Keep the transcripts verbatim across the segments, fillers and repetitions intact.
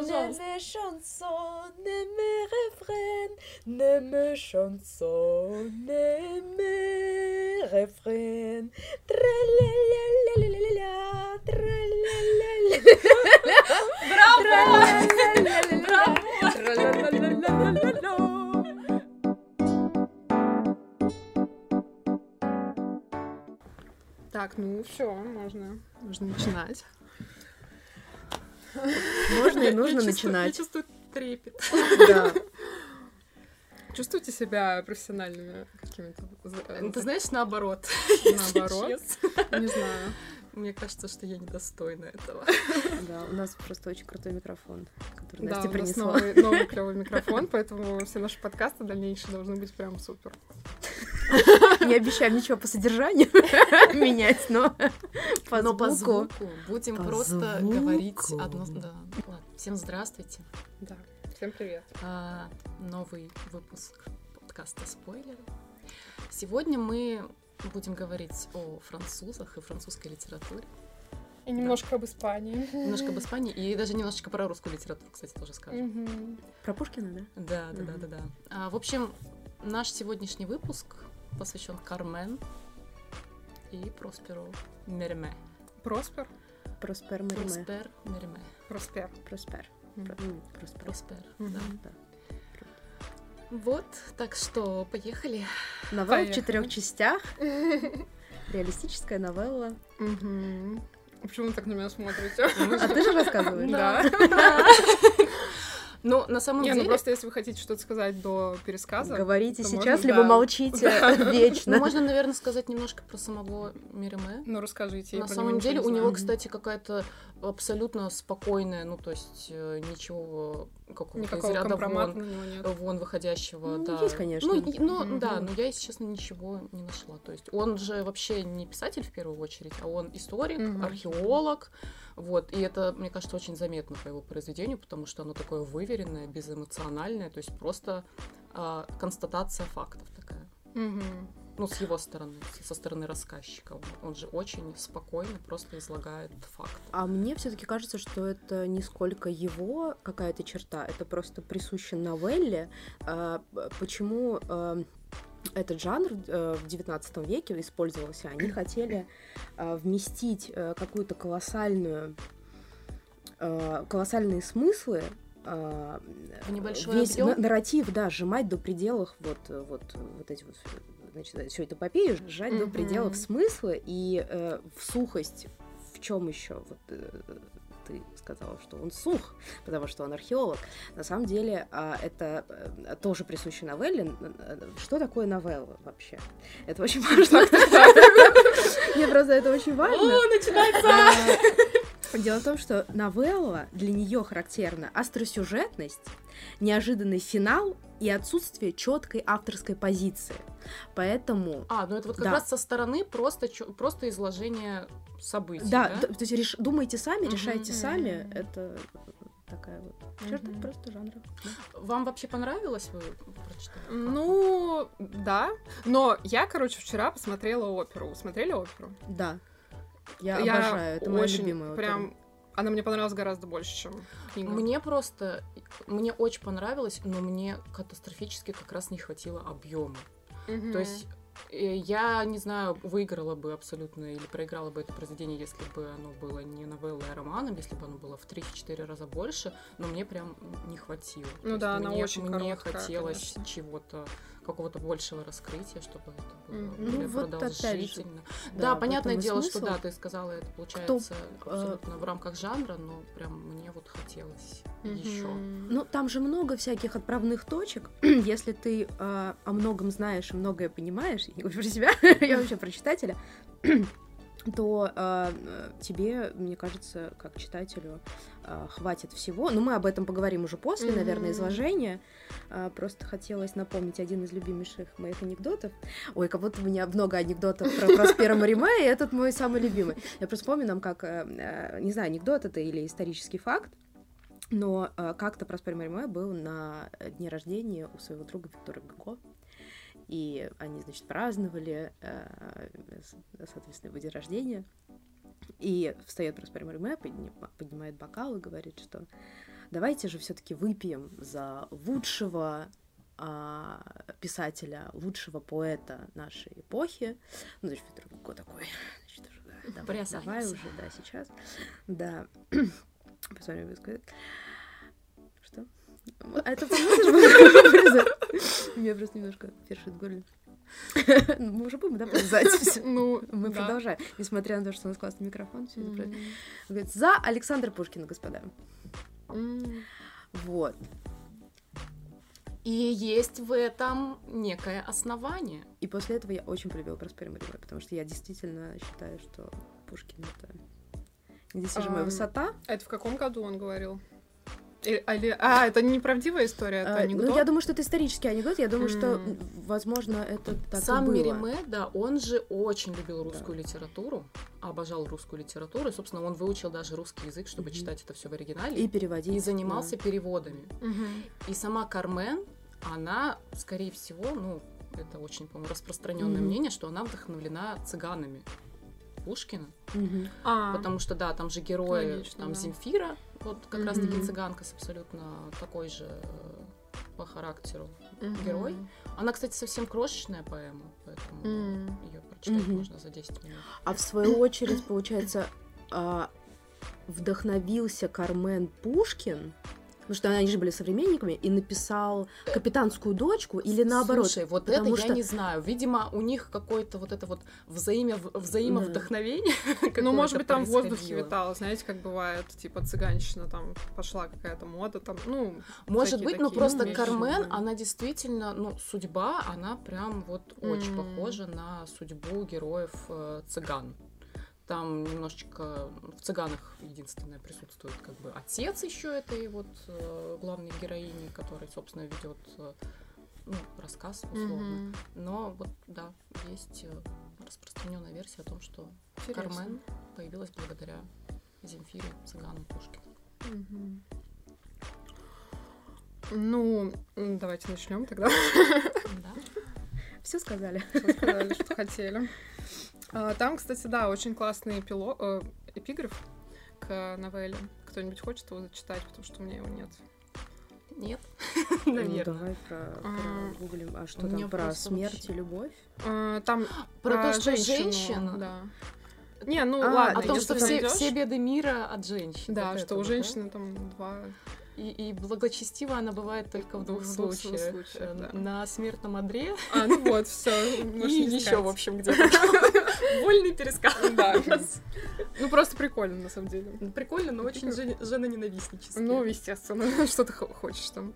пожалуйста. Ne me chanson, ne me refrain, ne me chanson, ne me refrain. Тра-ля-ля-ля-ля-ля-ля, тра-ля-ля-ля-ля. Так, ну все, можно, можно начинать. Можно и нужно Я чувствую- начинать. Я чувствую трепет. Да. Чувствуйте себя профессиональными какими-то. Ну, ты знаешь, наоборот. Наоборот. Честно. Не знаю. Мне кажется, что я недостойна этого. Да, у нас просто очень крутой микрофон, который Да, Настя у нас принесла. новый, новый клевый микрофон, поэтому все наши подкасты дальнейшие должны быть прям супер. Не обещаем ничего по содержанию менять, но по Но по звуку. звуку будем По просто звуку. говорить одно... Да. Ладно. Всем здравствуйте. Да. Всем привет. А, новый выпуск подкаста «Спойлеры». Сегодня мы будем говорить о французах и французской литературе. И немножко об Испании. Немножко об Испании и даже немножечко про русскую литературу, кстати, тоже скажем. Мгм. Про Пушкина, да? Да, да, да, Мгм. да, да. А, в общем, наш сегодняшний выпуск посвящен Кармен и Просперу Мерме. Проспер? Проспер Мариме. Проспер Мерме. Проспер. Проспер. Мгм. Про- м, Проспер. Проспер, Мгм. да. Да. Вот, так что поехали. Новелла в Поехали. четырех частях. Реалистическая новелла. Мгм. Почему вы так на меня смотрите? А ты же рассказываешь? Да. Ну, на самом Не, ну деле, просто если вы хотите что-то сказать до пересказа, Говорите то сейчас, можно, либо да. молчите ну, вечно. можно, наверное, сказать немножко про самого Мерме. ну расскажите. я На про самом него деле ничего у не него, знаю. кстати, какая-то абсолютно спокойная, ну, то есть э, ничего какого-то из Никакого ряда компромата вон, на него нет. вон выходящего. Ну, да. есть, конечно. Ну, и- ну, Мгм. да, но я, если честно, ничего не нашла. То есть он же вообще не писатель в первую очередь, а он историк, Мгм. археолог. Вот, и это, мне кажется, очень заметно по его произведению, потому что оно такое выверенное, безэмоциональное, то есть просто а, констатация фактов такая. Мгм. Ну, с его стороны, с- со стороны рассказчика. Он, он же очень спокойно просто излагает факты. А мне все-таки кажется, что это не сколько его какая-то черта, это просто присуще новелле. А, п- Почему а, этот жанр э, в девятнадцатом веке использовался? Они хотели а, вместить э, какую-то колоссальную, э, колоссальные смыслы, а, В небольшой весь объем? на- нарратив, да, сжимать до пределов вот, э, вот, вот эти вот, значит, всю эту эпопею, сжать до Мгм. пределов смысла и э, в сухость. В чем еще? Вот э, ты сказала, что он сух, потому что он археолог. На самом деле а, это э, тоже присуще новелле. Что такое новелла вообще? Это очень важно. Мне просто это очень важно. начинается! Дело в том, что новелла, для нее характерна остросюжетность, неожиданный финал и отсутствие четкой авторской позиции. Поэтому... А, ну это вот как Да. раз со стороны просто, чё- просто изложение событий, Да, да? д- то есть реш- думайте сами, Мгм. решайте сами. Мгм. Это такая вот черта Мгм. просто жанра. Вам вообще понравилось? Вы прочитали? Ну, да. Но я, короче, вчера посмотрела оперу. Смотрели оперу? Да. Я, обожаю, это моя очень любимая опера. прям... Она мне понравилась гораздо больше, чем книга. Мне просто, мне очень понравилось, но мне катастрофически как раз не хватило объема. Мгм. То есть э, я не знаю, выиграла бы абсолютно или проиграла бы это произведение, если бы оно было не новеллой, а романом, если бы оно было в три-четыре раза больше, но мне прям не хватило. То Ну есть да, она мне, очень мне короткая, хотелось конечно. чего-то, какого-то большего раскрытия, чтобы это было Мгм. Ну более вот опять же, продолжительно. да, Да, в понятное этом и дело, смысл. что да, ты сказала, это получается э, абсолютно в рамках жанра, но прям мне вот хотелось еще. Мгм. Ну, там же много всяких отправных точек. Если ты э, о многом знаешь и многое понимаешь, я не говорю про себя, я вообще про читателя, то э, тебе, мне кажется, как читателю, э, хватит всего. Но мы об этом поговорим уже после, Мгм. наверное, изложения. Э, просто хотелось напомнить один из любимейших моих анекдотов. Ой, как будто у меня много анекдотов про Проспера Мариме, и этот мой самый любимый. Я просто помню нам, как, э, э, не знаю, анекдот это или исторический факт, но э, как-то Проспер Мариме был на дне рождения у своего друга Виктора Гюго. И они, значит, праздновали, э, с- соответственно, его день рождения. И встает Проспер Мариме, подни- поднимает бокал и говорит, что давайте же все-таки выпьем за лучшего а, писателя, лучшего поэта нашей эпохи. Ну, значит, Виктор Гюго такой, значит, уже, да, давай, давай уже, да, сейчас. Да. Посмотрим, что сказать. Что? А это у меня просто немножко першит горло. Мы уже будем, да, продолжать? Ну, мы да. продолжаем. Несмотря на то, что у нас классный микрофон, все это правильно. Говорит, за Александра Пушкина, господа. М. Вот. И есть в этом некое основание. И после этого я очень полюбила Проспера Меримэ, потому что я действительно считаю, что Пушкин — это недостижимая Ам, высота. Это в каком году он говорил? Или- али- А, это не правдивая история, это А, анекдот? ну, я думаю, что это исторический анекдот. Я думаю, что, М. возможно, это так Сам и было. Мериме, да, он же очень любил русскую литературу, обожал русскую литературу, и, собственно, он выучил даже русский язык, чтобы Мгм. читать это все в оригинале, И и, переводить. занимался да. переводами. Мгм. И сама Кармен, она, скорее всего, ну, это очень, по-моему, распространенное Мгм. мнение, что она вдохновлена цыганами Пушкина, Мгм. А, потому что, да, там же герои, логично, там да. Земфира, вот как раз-таки Мгм. цыганка с абсолютно такой же э, по характеру мгм. герой. Она, кстати, совсем крошечная поэма, поэтому М. ее прочитать Мгм. можно за десять минут. А в свою очередь, получается, а, вдохновился Кармен Пушкин, потому что они же были современниками, и написал «Капитанскую дочку» или наоборот. Слушай, вот потому это что- я не знаю. Видимо, у них какое-то вот это вот взаимо... взаимовдохновение. Ну, какое-то может быть, там в воздухе происходило. витало, знаете, как бывает, типа, цыганщина, там пошла какая-то мода, там, ну, Может всякие быть, ну такие просто вещи, Кармен, да. она действительно, ну, судьба, она прям вот очень М. похожа на судьбу героев э, цыган. Там немножечко в цыганах единственное присутствует как бы отец еще этой вот э, главной героини, который, собственно, ведет э, ну, рассказ условно. Мгм. Но вот да, есть э, распространенная версия о том, что Интересно. Кармен появилась благодаря Земфире, цыганам Пушкина. Мгм. Ну, м, давайте начнем тогда. Да. Все сказали. Всё сказали, что хотели. А, Там, кстати, да, очень классный эпило- э, эпиграф к новелле. Кто-нибудь хочет его зачитать, потому что у меня его нет. Нет, Ну, наверное. давай про, А, гуглим. А что у меня там про просто смерть вообще- и любовь? А, Там Про то, что женщину, женщина, да. Не, ну А, ладно, о том, если что все, найдёшь, все беды мира от женщин. Да, Вот что это у вот, женщины там два. да? И, и благочестива она бывает только в двух В двух случаях. случаях, да. На смертном одре А, ну вот, все. и еще, в общем, где-то. Вольный пересказ. Да. Ну, просто прикольно, на самом деле. Ну, прикольно, но очень жен- женоненавистнически. Ну, естественно, что ты хо- хочешь там.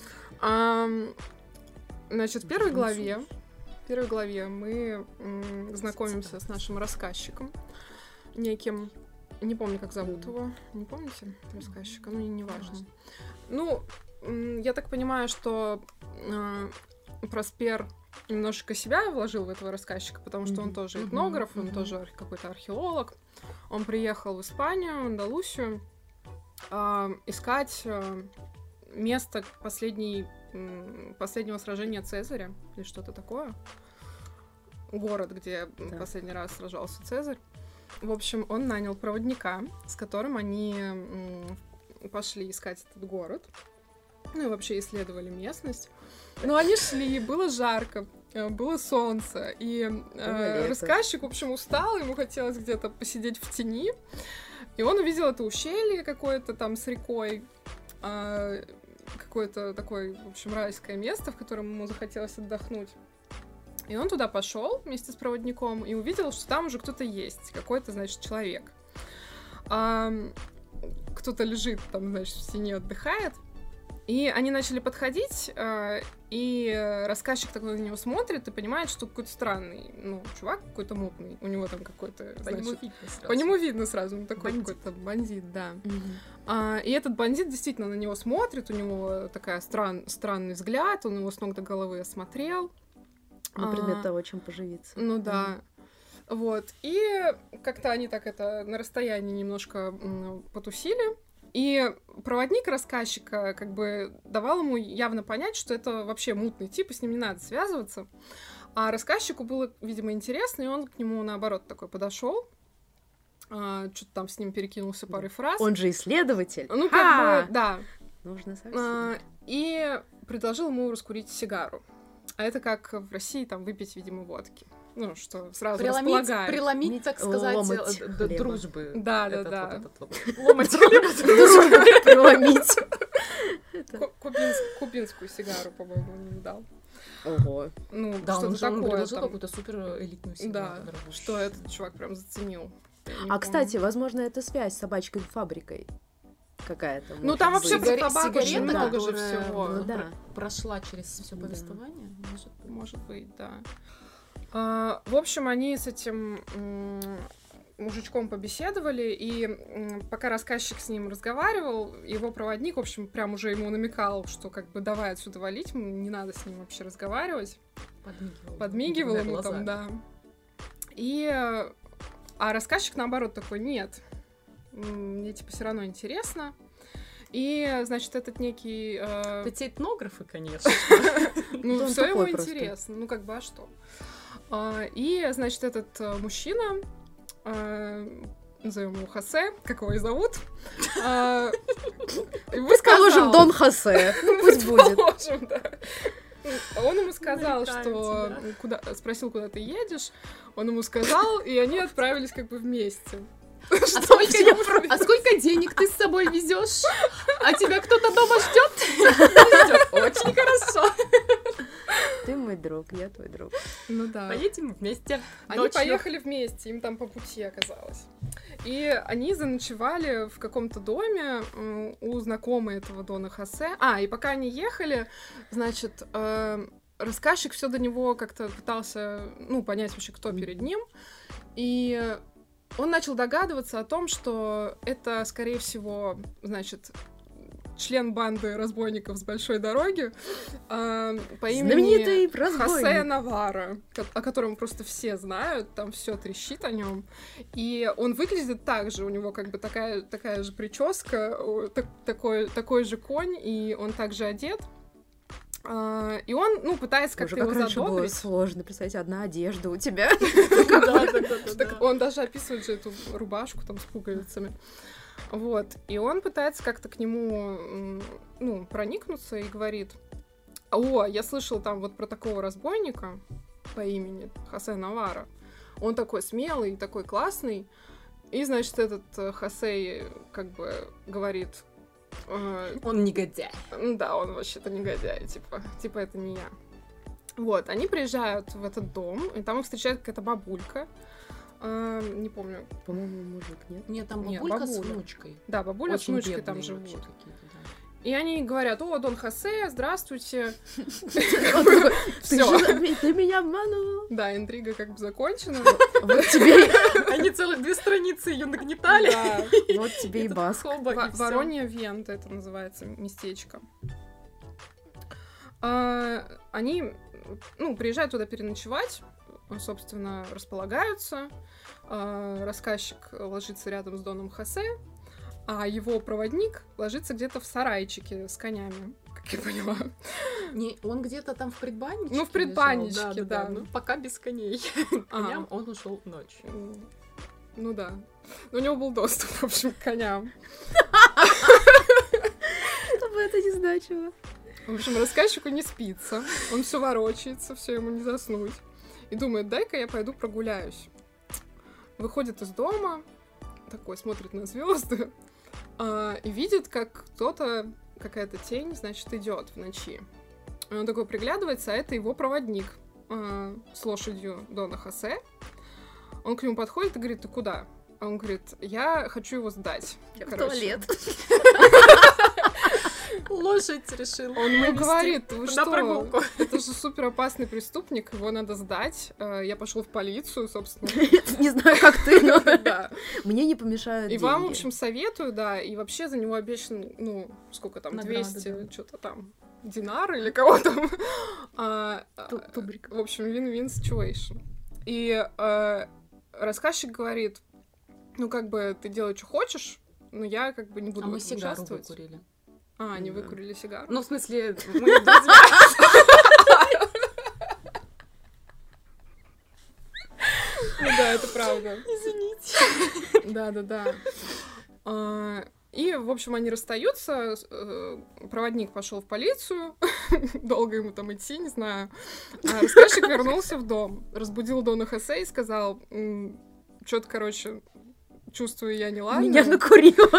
Ам, Значит, в первой главе, в первой главе мы м, знакомимся с нашим рассказчиком, неким, не помню, как зовут его, не помните рассказчика? Ну, не важно. Ну, м, я так понимаю, что э, Проспер немножечко себя вложил в этого рассказчика, потому что он Мгм. тоже Мгм, этнограф, он мгм. тоже арх- какой-то археолог. Он приехал в Испанию, Андалусию, а, искать а, место последней, м, последнего сражения Цезаря или что-то такое. Город, где м, Так. последний раз сражался Цезарь. В общем, он нанял проводника, с которым они м, пошли искать этот город. Ну и вообще исследовали местность. Но они шли, было жарко, э, было солнце, и э, Было лето. рассказчик, в общем, устал, ему хотелось где-то посидеть в тени. И он увидел это ущелье какое-то там с рекой, а, какое-то такое, в общем, райское место, в котором ему захотелось отдохнуть. И он туда пошел вместе с проводником и увидел, что там уже кто-то есть, какой-то, значит, человек. А, кто-то лежит там, значит, в тени отдыхает. И они начали подходить, э, и рассказчик такой на него смотрит и понимает, что какой-то странный, ну, чувак какой-то мутный. У него там какой-то, По нему значит, видно сразу. по нему видно сразу, он такой Бандит. какой-то бандит, да. Мгм. А, и этот бандит действительно на него смотрит, у него такая стран, странный взгляд, он его с ног до головы осмотрел. На А, предмет того, чем поживиться. Ну да. Вот. И как-то они так это на расстоянии немножко м, потусили. И проводник рассказчика как бы давал ему явно понять, что это вообще мутный тип, и с ним не надо связываться. А рассказчику было, видимо, интересно, и он к нему, наоборот, такой подошел, что-то там с ним перекинулся парой фраз. Он же исследователь. Ну, Ха! как бы, да. нужно совсем. А, и предложил ему раскурить сигару. А это как в России там выпить, видимо, водки. Ну, что сразу Преломить, располагает. преломить, так сказать, Ломоть э, д- хлеба. дружбы. Да, да, Этот да. вот этот вот. Ломоть хлеба дружбы. Преломить. Ку- кубинс- Кубинскую сигару, по-моему, он ему дал. Ого. Ну, Да, что-то он же он такое предложил там. какую-то супер элитную Да, сигару. дорогущую. что этот чувак прям заценил. Я не А, помню. кстати, возможно, это связь с собачкой-фабрикой какая-то. Ну, может там быть. вообще про Сигаре- табак очень сигарета, много же которая, всего. Ну, да. про- прошла через все Да. повествование. Может быть. Может быть, да. А, в общем, они с этим м, мужичком побеседовали, и м, пока рассказчик с ним разговаривал, его проводник, в общем, прям уже ему намекал, что как бы давай отсюда валить, м, не надо с ним вообще разговаривать. Подмигивал. Подмигивал на ему глаза. там, да. И... э, А рассказчик, наоборот, такой, нет, м, мне, типа, все равно интересно. И, значит, этот некий... э, Это те этнографы, конечно. Ну, Да он все ему тупой просто. интересно. Ну, как бы, а что? А, И, значит, этот э, мужчина, э, назовем его Хосе, как его и зовут, а, ему Положим, сказал- Дон Хосе. Ну, пусть будет. Положим, да. Он ему сказал, Намекает что тебя. куда, спросил, куда ты едешь. Он ему сказал, и они отправились как бы вместе. А сколько, а сколько денег ты с собой везешь? А тебя кто-то дома ждет? Очень хорошо. Ты мой друг, я твой друг. Ну да. Поедем вместе. Они ночью. поехали вместе, им там по пути оказалось. И они заночевали в каком-то доме м, у знакомой этого Дона Хосе. А, и пока они ехали, значит, э, рассказчик все до него как-то пытался, ну, понять вообще, кто перед ним. И он начал догадываться о том, что это, скорее всего, значит, член банды разбойников с большой дороги э, по имени Знаменитый Хосе разбойник. Навара, ко- о котором просто все знают, там все трещит о нем. И он выглядит так же, у него как бы такая, такая же прическа, о, так- такой, такой же конь, и он также одет. А, и он, ну, пытается Боже, как-то как его раньше было задобрить. сложно. Представьте, одна одежда у тебя. Да, да, да, да, Так да. он даже описывает же эту рубашку там с пуговицами. Вот. И он пытается как-то к нему, м, ну, проникнуться и говорит: о, я слышал там вот про такого разбойника по имени Хосе Навара. Он такой смелый, такой классный. И, значит, этот э, Хосе как бы говорит: э, Он негодяй. да, он вообще-то негодяй, типа, типа это не я. Вот, они приезжают в этот дом, и там их встречает какая-то бабулька. А, не помню. По-моему, мужик, нет? Нет, там Нет, бабулька с бабуля. внучкой. Да, бабуля с Очень внучкой там бедные живут. вообще какие-то, да. И они говорят: о, Дон Хосе, здравствуйте. Он такой, Ты Всё. же- ты меня обманул. Да, интрига как бы закончена. Вот тебе, Они целых две страницы ее нагнетали. Да. вот тебе и Тут бас. хоба, и Во- всё. Воронья Вента это называется местечко. А, Они, ну, приезжают туда переночевать, собственно, располагаются. А, Рассказчик ложится рядом с Доном Хосе, а его проводник ложится где-то в сарайчике с конями, как я поняла. Не, он где-то там в предбанничке. Ну, в предбанничке, лежал. да. Ну, пока без коней. К А. коням он ушел ночью. М, Ну да. Но у него был доступ, в общем, к коням. Что бы это ни значило. В общем, рассказчику не спится. Он все ворочается, все ему не заснуть. И думает: дай-ка я пойду прогуляюсь. Выходит из дома, такой смотрит на звезды, и видит, как кто-то, какая-то тень, значит, идет в ночи. И он такой приглядывается, а это его проводник а, с лошадью Дона Хосе. Он к нему подходит и говорит: ты куда? А он говорит: я хочу его сдать. Я в Короче. туалет. Лошадь решил. Он ему вывести говорит: вы на что? прогулку. Это же супер опасный преступник, его надо сдать. Э, Я пошел в полицию, собственно. Не знаю, как ты, но Да. мне не помешают И вам, в деньги. общем, советую, да, и вообще за него обещан, ну, сколько там, Награда, двести, да. что-то там, динар или кого там. А, Ту- Тубрик. В общем, win-win situation. И э, рассказчик говорит: ну, как бы, ты делай, что хочешь, но я, как бы, не буду А в мы этом сигару участвовать. выкурили. А, они Да. выкурили сигару? Ну, в смысле, мы друзья. Ну да, это правда. Извините. Да-да-да. А, И, в общем, они расстаются, э, проводник пошел в полицию, долго ему там идти, не знаю. А рассказчик вернулся в дом, разбудил Дона Хосе и сказал, что-то, короче, чувствую я неладно. Меня накурило.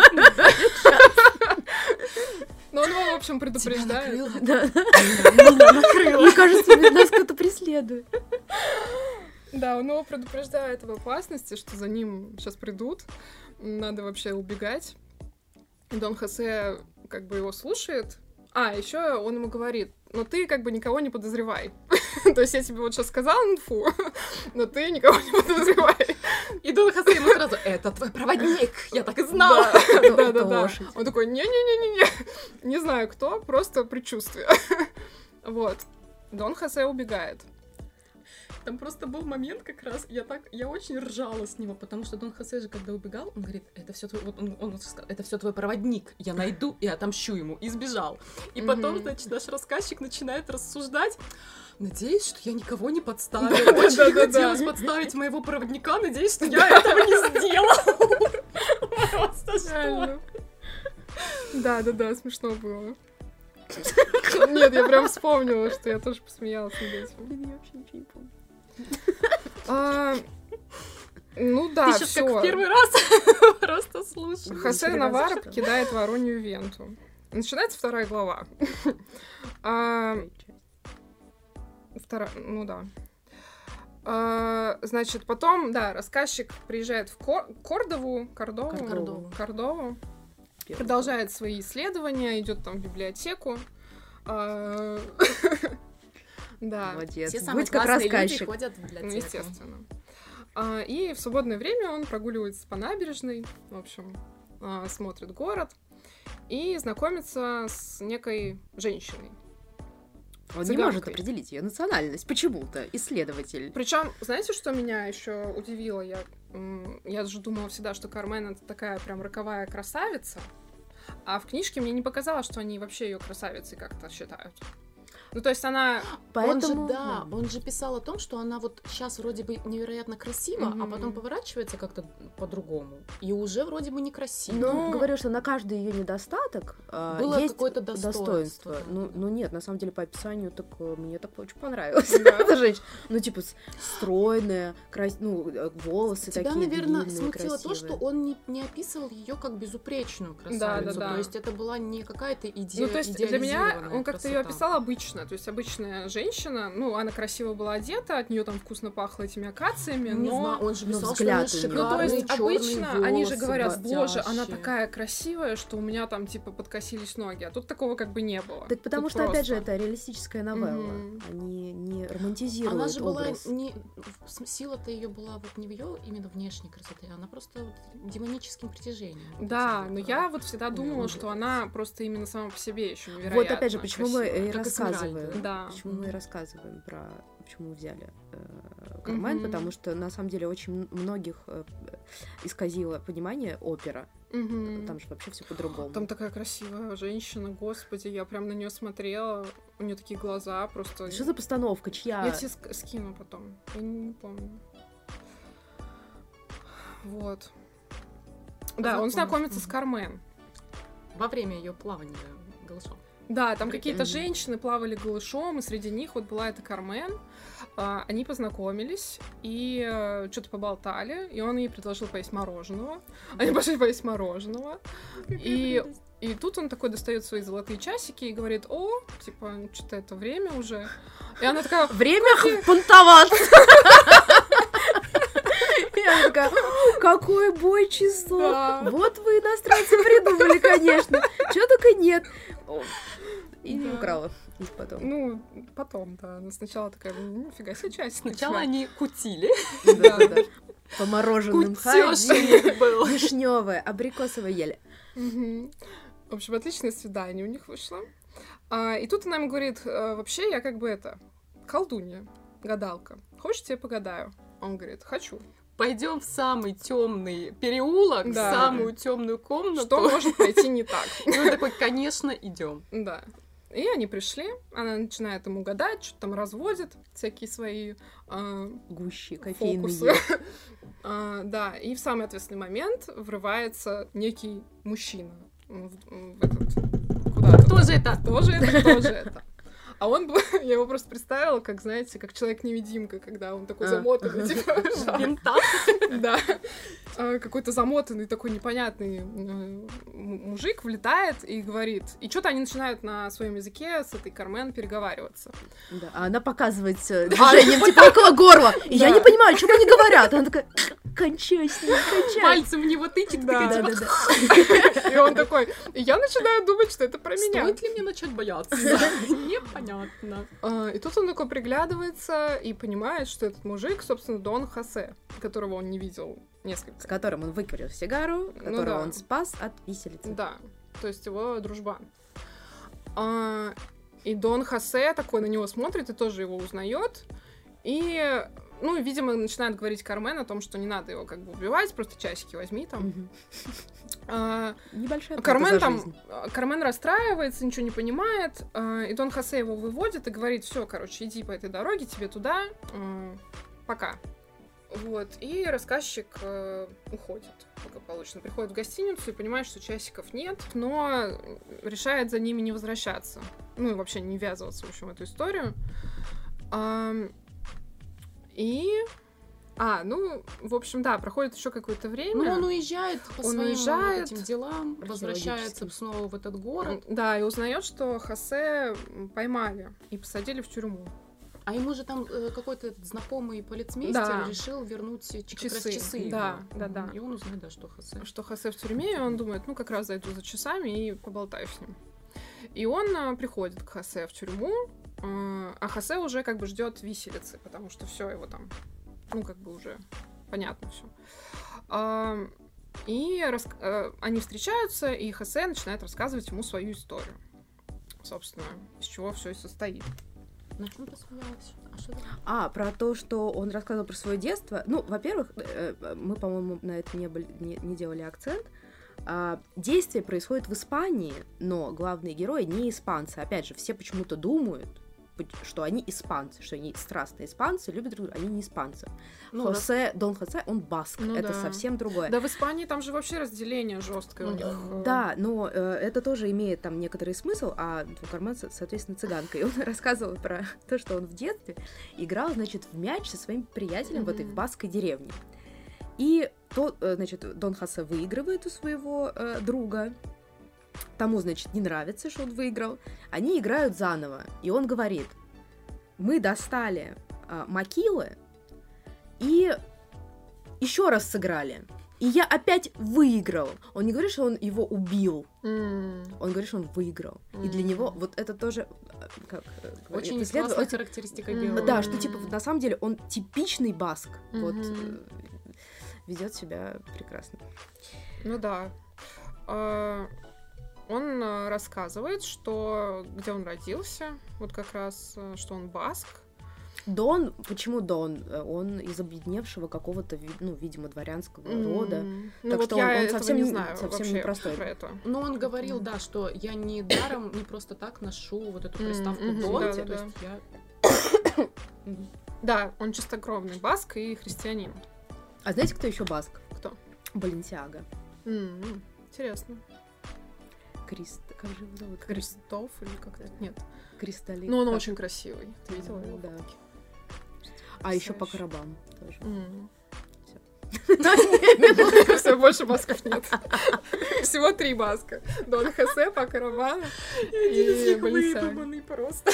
Ну, он его, в общем, предупреждает. Да. Мне кажется, нас кто-то преследует. Да, он его предупреждает об опасности, что за ним сейчас придут, надо вообще убегать. И Дон Хосе как бы его слушает. А, еще он ему говорит, ну ты как бы никого не подозревай. То есть я тебе вот сейчас сказала инфу, но ты никого не подозревай. И Дон Хосе ему сразу, это твой проводник, я так и знала. Да-да-да. Он такой, не-не-не-не-не, не знаю кто, просто предчувствие. Вот. Дон Хосе убегает. Там просто был момент как раз, я так, я очень ржала с него, потому что Дон Хосе же, когда убегал, он говорит, это все твой, вот он, он сказал, это все твой проводник, я найду и отомщу ему, и сбежал. И потом, mm-hmm. значит, наш рассказчик начинает рассуждать, надеюсь, что я никого не подставила, очень хотелось подставить моего проводника, надеюсь, что я этого не сделала. Просто что? Да-да-да, смешно было. Нет, я прям вспомнила, что я тоже посмеялась над этим. Я вообще ничего не помню. А, ну да, ты сейчас всё. как в первый раз просто слушай. Хосе Наварро покидает Воронью Венту. Начинается вторая глава. а, вторая, ну да. А, значит, потом, да, рассказчик приезжает в Кор- Кордову, Кордову, Кордову. Кордову, продолжает свои исследования, идет там в библиотеку. А, да. Молодец. Все самые Будь как классные рассказчик. люди ходят в библиотеку. Ну, естественно. А, и в свободное время он прогуливается по набережной, в общем, а, смотрит город и знакомится с некой женщиной. Он не может определить ее национальность почему-то, исследователь. Причем, знаете, что меня еще удивило? Я, я же думала всегда, что Кармен это такая прям роковая красавица, а в книжке мне не показалось, что они вообще ее красавицей как-то считают. Ну, то есть она... Поэтому... Он же, да, он же писал о том, что она вот сейчас вроде бы невероятно красива, mm-hmm. а потом поворачивается как-то по-другому, и уже вроде бы некрасиво. Ну, говорю, что на каждый ее недостаток было есть какое-то достоинство. достоинство. Да. Ну, ну нет, на самом деле по описанию так мне так очень понравилось. Эта женщина. Ну, типа, стройная, ну, волосы такие длинные, красивые. Тебя, наверное, смутило то, что он не, не описывал ее как безупречную красавицу. Да, да, да. То есть это была не какая-то идея. Ну, то есть для меня он как-то ее описал обычно. То есть обычная женщина, ну, она красиво была одета, от нее там вкусно пахло этими акациями, не но... знаю, он же писал, но что она взгляд у Ну, то есть обычно волосы, они же говорят, блестящие. боже, она такая красивая, что у меня там, типа, подкосились ноги, а тут такого как бы не было. Так потому Тут что, просто... опять же, это реалистическая новелла. Mm-hmm. Они не романтизируют Она же образ. была не... Сила-то ее была вот не в ее именно внешней красоте, она просто вот демоническим притяжением. Да, вот но вот, я вот всегда думала, mm-hmm. что она просто именно сама по себе еще невероятно Вот опять же, почему красивая. мы и Как рассказываем. Эсмеральда. Да. Почему мы и рассказываем про... Почему мы взяли э, Кармен, Mm-hmm. потому что, на самом деле, очень многих э, исказило понимание опера. Mm-hmm. Там же вообще все по-другому. Там такая красивая женщина, господи, я прям на нее смотрела, у нее такие глаза просто... Что за постановка? Чья? Я тебе ск- скину потом, я не, не помню. Вот. Да, он знакомится с Кармен. Во время ее плавания голышом. Да, там какие-то женщины плавали голышом, и среди них вот была эта Кармен. А, они познакомились и э, что-то поболтали, и он ей предложил поесть мороженого. Они пошли поесть мороженого. И, и тут он такой достает свои золотые часики и говорит: о, типа, что-то это время уже. И она такая: время понтоваться! Я такая: какой бой часов! Да. Вот вы, иностранцы, придумали, конечно. Чего только нет. И Да. украла их потом. Ну, потом, да. Она сначала такая: нифига себе часик. Сначала они кутили. Да, да. По мороженым Кутёж ходили. был. Вишнёвое, абрикосовое ели. Мгм. В общем, отличное свидание у них вышло. А, и тут она ему говорит: «Э, вообще, я как бы это, колдунья, гадалка. Хочешь, я тебе погадаю? Он говорит: хочу. Пойдем в самый темный переулок, Да. в самую темную комнату. Что может пойти не так? И он такой: конечно, идем. Да. И они пришли, она начинает ему гадать, что-то там разводит, всякие свои а, Гущи, кофейные. фокусы. А, да, и в самый ответственный момент врывается некий мужчина. в, в этот... Куда-то. Кто же это? Кто же это? Кто же это? А он был, я его просто представила, как, знаете, как человек-невидимка, когда он такой замотанный, типа, да, какой-то замотанный, такой непонятный мужик влетает и говорит, и что-то они начинают на своем языке с этой Кармен переговариваться. Да, а она показывает движением, типа, около горла, и я не понимаю, о чем они говорят. Она такая, кончай с ним, кончай. Пальцем в него тычет, да, да, да, да. И он такой, и я начинаю думать, что это про меня. Стоит ли мне начать бояться? Непонятно. И тут он такой приглядывается и понимает, что этот мужик, собственно, Дон Хосе, которого он не видел несколько. С которым он выкурил сигару, которого ну, да. он спас от виселицы. Да, то есть его дружбан. А, и Дон Хосе такой на него смотрит и тоже его узнает. И, ну, видимо, начинает говорить Кармен о том, что не надо его как бы убивать, просто часики возьми там. Mm-hmm. А, Небольшая Кармен там, жизнь. Кармен расстраивается, ничего не понимает, а, и Дон Хосе его выводит и говорит, все, короче, иди по этой дороге, тебе туда, а, пока. Вот, и рассказчик э, уходит благополучно, приходит в гостиницу и понимает, что часиков нет, но решает за ними не возвращаться, ну и вообще не ввязываться, в общем, в эту историю. А, и... А, ну, в общем, да, проходит еще какое-то время. Ну, он уезжает по он своим уезжает, этим делам, возвращается снова в этот город. Да, и узнает, что Хосе поймали и посадили в тюрьму. А ему же там э, какой-то знакомый полицмейстер да. решил вернуть часы. Как раз часы. Да, да, да. И он узнает, да, что Хосе. Что Хосе в тюрьме, и он думает, ну, как раз зайду за часами и поболтаю с ним. И он а, приходит к Хосе в тюрьму, а, а Хосе уже как бы ждет виселицы, потому что все его там, ну, как бы уже понятно все. А, и рас... а, они встречаются, и Хосе начинает рассказывать ему свою историю. Собственно, из чего все и состоит. На чем посмеялась? А, что а, про то, что он рассказывал про свое детство. Ну, во-первых, мы, по-моему, на это не, были, не, не делали акцент. А, действие происходит в Испании, но главные герои не испанцы. Опять же, все почему-то думают, что они испанцы, что они страстные испанцы, любят друг друга, они не испанцы. Ну, Хосе, раз... Дон Хосе, он баск, ну, это да. совсем другое. Да, в Испании там же вообще разделение жесткое у них. Да, но э, это тоже имеет там некоторый смысл, а Кармен, соответственно, цыганка. И он рассказывал про то, что он в детстве играл, значит, в мяч со своим приятелем mm-hmm. в этой в баскской деревне. И то, значит, Дон Хосе выигрывает у своего э, друга. Тому, значит, не нравится, что он выиграл. Они играют заново. И он говорит, мы достали а, макилы и еще раз сыграли. И я опять выиграл. Он не говорит, что он его убил. Mm. Он говорит, что он выиграл. Mm. И для него вот это тоже... Как, очень классная характеристика героя. Да, что типа на самом деле он типичный баск. Mm-hmm. Вот ведет себя прекрасно. Ну да. А... Он рассказывает, что где он родился, вот как раз, что он баск. Дон, почему Дон? Он из объединевшего какого-то, ну, видимо, дворянского mm. рода. Ну, так вот что я он, он совсем не знаю совсем непростой. Про это. Но он говорил, mm. да, что я не даром, не просто так ношу вот эту приставку mm-hmm. Дон, да, то да, есть да. я... Да, он чистокровный баск и христианин. А знаете, кто еще баск? Кто? Баленсиага. Mm-hmm. Интересно. Крист... Как же его зовут? Кристоф или как-то? Нет. Кристаллик. Ну, он как... очень красивый. Ты видела его? Да. А еще по коробам тоже. Mm. Все. Все, больше басков нет. Всего три баска. Дон Хосе, Пако Рабан и Баленсиага. просто.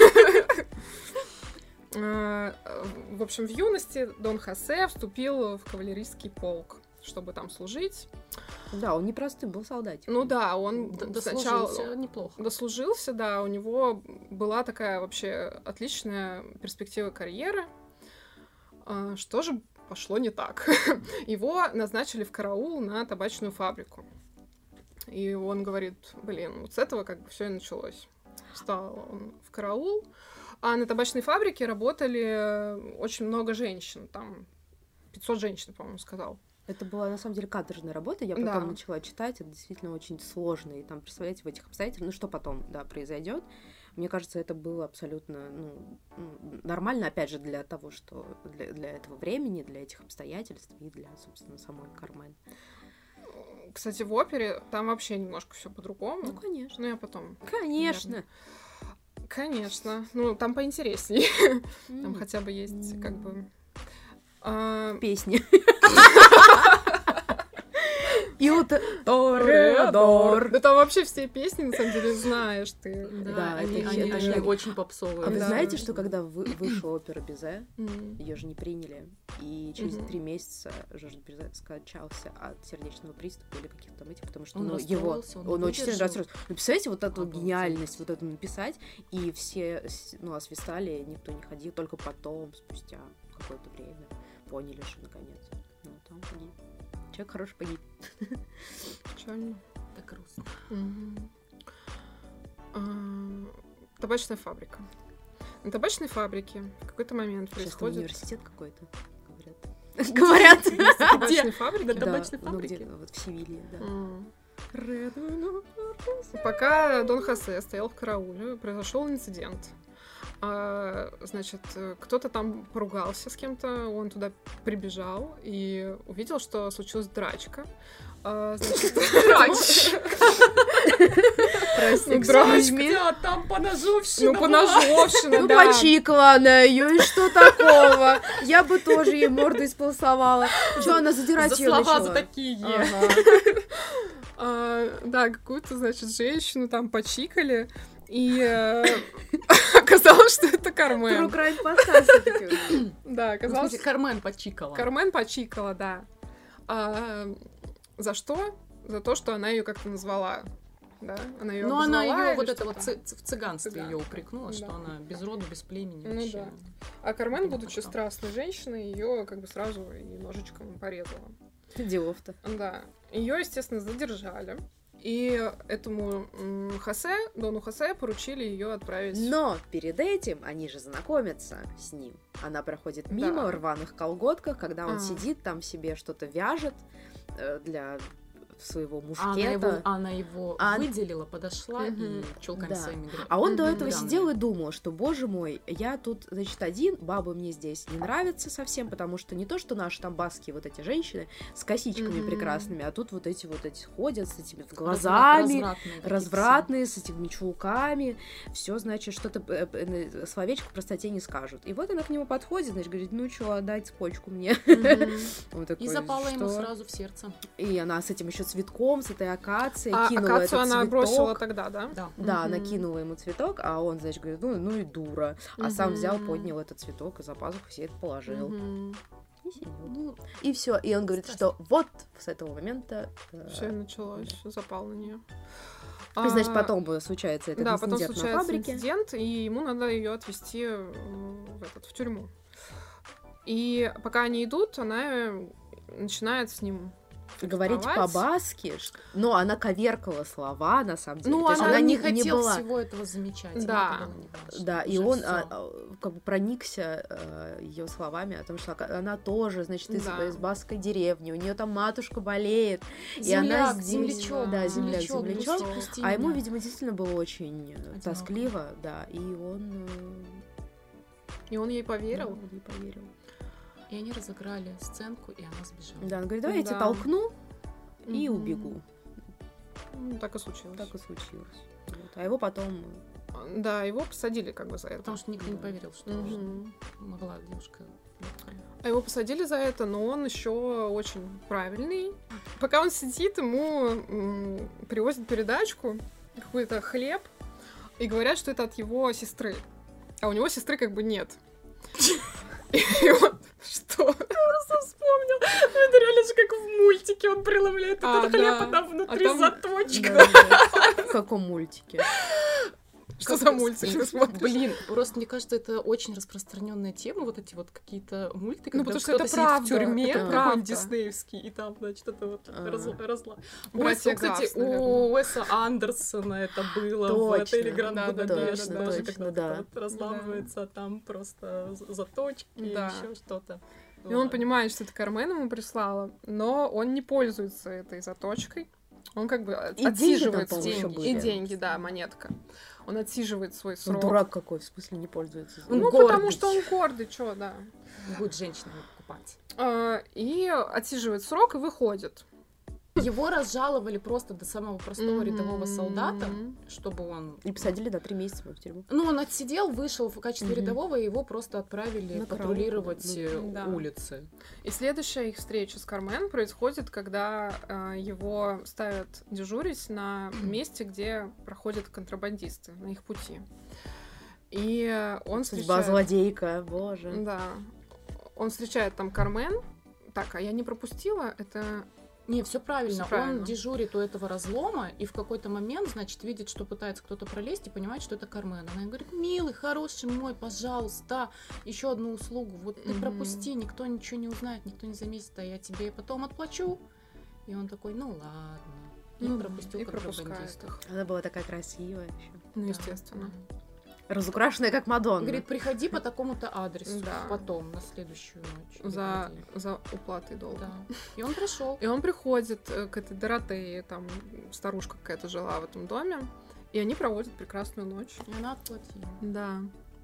В общем, в юности Дон Хосе вступил в кавалерийский полк, чтобы там служить. Да, он непростым был солдатик. Ну да, он Дослужился сначала неплохо. Дослужился, да, у него была такая вообще отличная перспектива карьеры. Что же пошло не так? Его назначили в караул на табачную фабрику. И он говорит, блин, вот с этого как бы все и началось. Встал он в караул, а на табачной фабрике работали очень много женщин, там пятьсот женщин, по-моему, сказал. Это была, на самом деле, каторжная работа, я потом да. начала читать, это действительно очень сложно, и там, представляете, в этих обстоятельствах, ну, что потом, да, произойдет. Мне кажется, это было абсолютно, ну, нормально, опять же, для того, что, для, для этого времени, для этих обстоятельств и для, собственно, самой Кармен. Кстати, в опере там вообще немножко все по-другому. Ну, конечно. Ну, я потом... Конечно. Наверное. Конечно. Ну, там поинтереснее. Там М. хотя бы есть, как бы... а, Песни. Юта Тореадор. Да там вообще все песни, на самом деле, знаешь ты. Да, Да, они, это они- щ- они это- очень попсовые. А вы Да. знаете, что когда вы- вышла опера Бизе, М. ее же не приняли, и через Мгм. три месяца Жорж Бизе скончался от сердечного приступа или каких-то там этих, потому что Он ну, его... расстроился, он Он не очень сильно выдержал. расстроился. Ну, представляете, вот эту Обалдеть. гениальность, вот эту написать, и все, с- ну, освистали, никто не ходил, только потом, спустя какое-то время, поняли, что наконец. Ну, там погиб. Человек хороший погиб. Печально. Так грустно. Мгм. А, Табачная фабрика. На табачной фабрике в какой-то момент Сейчас там происходит... университет какой-то, говорят. Говорят. Табачной фабрики? На Да, табачной ну, где- фабрике? вот в Севилье, да. М. Red Пока Дон Хосе стоял в карауле, произошел инцидент. А, значит, э, кто-то там поругался с кем-то, он туда прибежал и увидел, что случилась драчка. А, значит, Прости, драчка. А там поножовщина Ну, поножовщина, Ну, да. почикала она ее, и что такого? Я бы тоже ей морду исполосовала. Что она задирать За ее слова начала? за такие. Ага. А, Да, какую-то, значит, женщину там почикали, и э, оказалось, что это Кармен. True crime подкаст всё-таки. Да, Ну, в оказалось, смысле, Кармен почикала. Кармен почикала, да. А, За что? За то, что она ее как-то назвала. Да, она ее Ну, она обозвала ее или вот что это вот там. ци- в цыганстве Цыган. ее упрекнула, что Да. она без роду, без племени Ну вообще. да. А Кармен, не будучи пошла. страстной женщиной, ее как бы сразу и ножичком порезала. Делов-то. Да. Ее, естественно, задержали. И этому м, Хосе, Дону Хосе, поручили ее отправить. Но перед этим они же знакомятся с ним. Она проходит мимо Да. в рваных колготках, когда он А. сидит там себе что-то вяжет э, для своего А она его, мушкета. она его А- выделила, подошла Мгм. и челками Да. своими гря- А он до Мгм. этого грязными. сидел и думал, что, боже мой, я тут, значит, один, бабы мне здесь не нравятся совсем, потому что не то, что наши там баски, вот эти женщины с косичками Мгм. прекрасными, а тут вот эти вот эти ходят с этими Разврат- глазами, развратные какие-то развратные, с этими чулками, все, значит, что-то э, э, словечко в простоте не скажут. И вот она к нему подходит, значит, говорит, ну что, отдай цепочку мне. Мгм. Он все. такой, И запала ему «Что?» сразу в сердце. И она с этим еще цветком, с этой акацией, А кинула акацию этот она цветок. бросила тогда, да? Да. Да, она Мгм. кинула ему цветок, а он, значит, говорит, ну, ну и дура. А сам взял, Мгм. поднял этот цветок и за пазуху себе это положил. Мгм. И сидел. Ну, И все. И он говорит, что вот с этого момента... э, Все началось, запал на нее. и, значит, потом э, случается этот Да, потом инцидент на случается фабрике. инцидент, и ему надо ее отвезти э, в, этот, в тюрьму. И пока они идут, она э, начинает с ним Говорить флиртовать. по-баски, что- но она коверкала слова, на самом деле. Ну, То есть она она не не хотела была... всего этого замечать. ему Да. это было не важно. Да, и Уже он всё. а, а, как бы проникся ее словами о том, что ока- она тоже, значит, из, Да. из баскской деревни, у нее там матушка болеет, и она Земляк, здесь- землячок, да, земляк, землячок, землячок. пусти- пусти А ему, меня. видимо, действительно было очень э, Одиноко. тоскливо, да, и он э, И он ей поверил. да, не поверил. И они разыграли сценку, и она сбежала. Да, он говорит, давай я тебя Да. толкну и Мгм. убегу. Ну, так и случилось. Так и случилось. Вот. А его потом... Да, его посадили как бы за это. Потому что никто не Да. поверил, что Мгм. могла девушка. А его посадили за это, но он еще очень правильный. Пока он сидит, ему м, привозят передачку, какой-то хлеб, и говорят, что это от его сестры. А у него сестры как бы нет. И он... Что? Просто вспомнил. Это реально же как в мультике. Он преломляет А, этот хлеб, да. а там внутри А там- заточка. Да, да. В каком мультике? Что за мультик ты смотришь? Блин, просто мне кажется, это очень распространенная тема, вот эти вот какие-то мульты, Ну, когда потому что кто-то это сидит правда, в тюрьме, это какой-нибудь правда. диснеевский, и там, значит, это вот А. разла... разла... Братья Ой, кстати, Гавс, у наверное. Уэса Андерсона это было в Точно. отеле Гранд Да, да, Будапешт, да, тоже, точно, когда да. вот это вот разламывается, а там просто з- заточки и Да. еще что-то. И он понимает, что это Кармен ему прислала, но он не пользуется этой заточкой. Он как бы от- И деньги отсиживает там, по-моему, деньги. еще были. И деньги, да, монетка. Он отсиживает свой Он срок. дурак какой, в смысле, не пользуется. Он Ну, гордый. потому что он гордый, чё, да. Не будет женщинами покупать. А, И отсиживает срок и выходит. Его разжаловали просто до самого простого рядового солдата, чтобы он... И посадили, да, три месяца в тюрьму. Ну, он отсидел, вышел в качестве Мгм. рядового, и его просто отправили На патрулировать караул. э, Да. улицы. И следующая их встреча с Кармен происходит, когда э, его ставят дежурить на месте, где проходят контрабандисты на их пути. И э, он Судьба встречает... злодейка, боже. Да. Он встречает там Кармен. Так, а я не пропустила, это... Не, все правильно. Всё правильно. Он дежурит у этого разлома, и в какой-то момент, значит, видит, что пытается кто-то пролезть, и понимает, что это Кармен. Она ему говорит: милый, хороший мой, пожалуйста, еще одну услугу. Вот ты Мгм. пропусти, никто ничего не узнает, никто не заметит, а я тебе потом отплачу. И он такой: ну ладно. И Ну, пропустил и пропускает контрабандистов. их. Она была такая красивая еще. Ну, Да. естественно. Разукрашенная, как Мадонна. Говорит: приходи по такому-то адресу Да. потом, на следующую ночь. За, Приходи. за уплатой долга. Да. И он пришел. И он приходит э, к этой Доротее, там старушка какая-то жила в этом доме, и они проводят прекрасную ночь. И она отплатила. Да.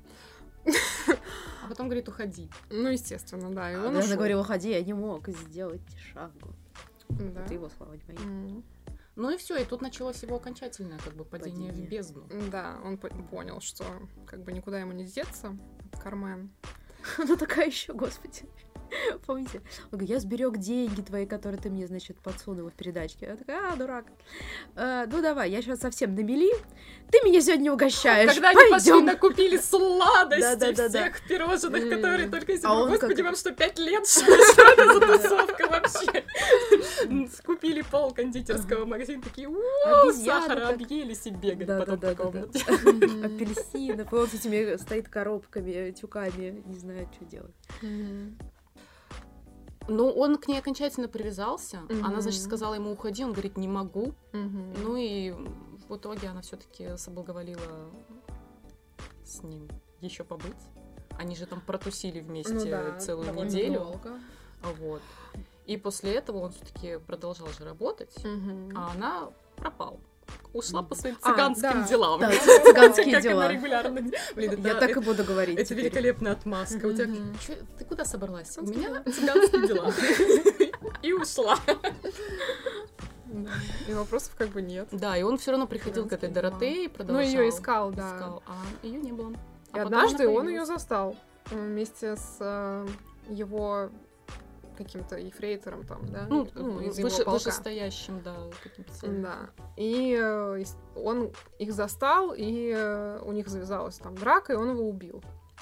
А потом говорит: уходи. Ну, естественно, да. И А он когда ушел. она говорила: уходи, я не мог сделать шагу. Да. Это его слова, не мои. М. Ну и все, и тут началось его окончательное как бы падение, Падение. в бездну. Да, он по- понял, что как бы никуда ему не деться от Кармен. Она такая еще, господи. Помните? Он говорит: я сберег деньги твои, которые ты мне, значит, подсунула в передачке. Она такая: а, дурак. «А, ну давай, я сейчас совсем на мели. Ты меня сегодня угощаешь. Когда они пошли, Пойдем. накупили сладостей, Да-да-да-да. всех пирожных, М. которые только если А он Господи, как- вам что, пять лет, что ли? Что это за тусовка вообще? Купили пол кондитерского магазина, такие: «Ууу, Обезьяны сахара так». объелись и бегали Да, потом да, по да, да, комнате. Мгм. Апельсинов. И он с этими стоит коробками, тюками, не знает, что делать. Мгм. Ну, он к ней окончательно привязался. Она, Мгм. значит, сказала ему: уходи, он говорит: не могу. Мгм. Ну и в итоге она все-таки соблаговолила с ним еще побыть. Они же там протусили вместе Ну да, целую довольно неделю. долго. Вот. И после этого он все-таки продолжал же работать, Мгм. а она пропала. Ушла по своим А, цыганским да. делам. Да, цыганские Как дела. она регулярно. Блин, Я это- так и это- буду говорить Это теперь. великолепная отмазка. У тебя Мгм. чё, ты куда собралась? У Цыганские меня дела. цыганские дела. И ушла. Да. И вопросов как бы нет. Да, и он все равно приходил к этой Цыганские дела. Доротее и Ну, продолжал. ее искал, да. Искал, а ее не было. И А потом однажды она он ее появилась. застал э, вместе с э, его каким-то ефрейтором там, да? Ну, из его выше- полка. вышестоящим, да, каким-то. Да. И э, ис- он их застал, и э, у них завязалась там драка, и он его убил.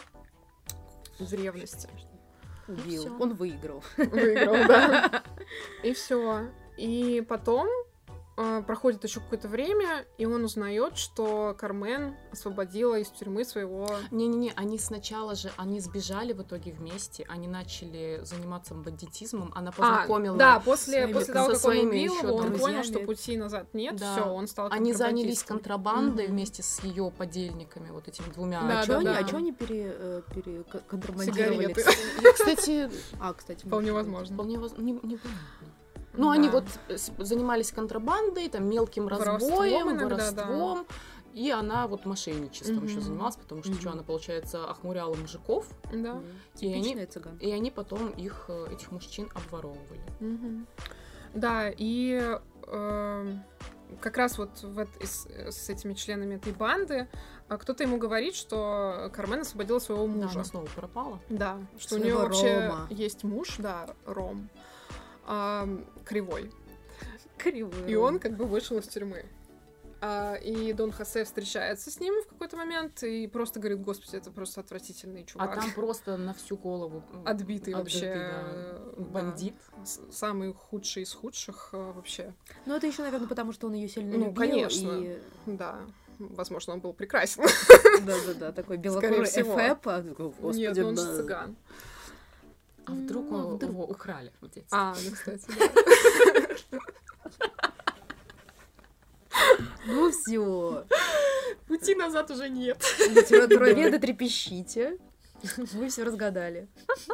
Из ревности. Убил. всё. Он выиграл. Выиграл, да. И все. И потом э, проходит еще какое-то время, и он узнает, что Кармен освободила из тюрьмы своего... Не-не-не, они сначала же, они сбежали в итоге вместе, они начали заниматься бандитизмом, она познакомила... А, да, после, своими- после того, со как он своими убил ещё его, он друзьями. понял, что пути назад нет, Да. все, он стал Они занялись контрабандистом. контрабандой Мгм. вместе с ее подельниками, вот этими двумя. Да, А чё они, да. а чё они пере, э, пере- к- контрабандировали? Сигареты. Я, кстати, А, кстати, Вполне может быть. возможно. вполне воз- не, непонятно. Ну, Да. они вот с- занимались контрабандой, там, мелким Воровством разбоем, иногда, да. воровством. И она вот мошенничеством еще Мгм. занималась, потому что Мгм. что она, получается, охмуряла мужиков, Да. Мгм. И они- Типичная цыганка. и они потом их, э, этих мужчин обворовывали. Мгм. Да, и э, как раз вот в эт- и с, с этими членами этой банды а, кто-то ему говорит, что Кармен освободила своего Да, мужа. она снова пропала. Да, что у Своего нее вообще Рома. есть муж, да, Ром, а, кривой. Кривой. И он как бы вышел из тюрьмы. А, и Дон Хосе встречается с ним в какой-то момент и просто говорит: господи, это просто отвратительный А чувак. там просто на всю голову м, Отбитый вообще, да, э, да. бандит. С- самый худший из худших э, вообще. Ну, это еще, наверное, потому что он ее сильно Ну, любил. конечно. И... Да, возможно, он был прекрасен. Да-да-да, такой Скорее белокурый всего. эфэпа. Господи, Нет, он же да. цыган. А вдруг Ну, а его- вдруг? его украли в детстве? А, ну, кстати, да. Ну все. Пути назад уже нет. Литературоведы, трепещите. Вы все разгадали.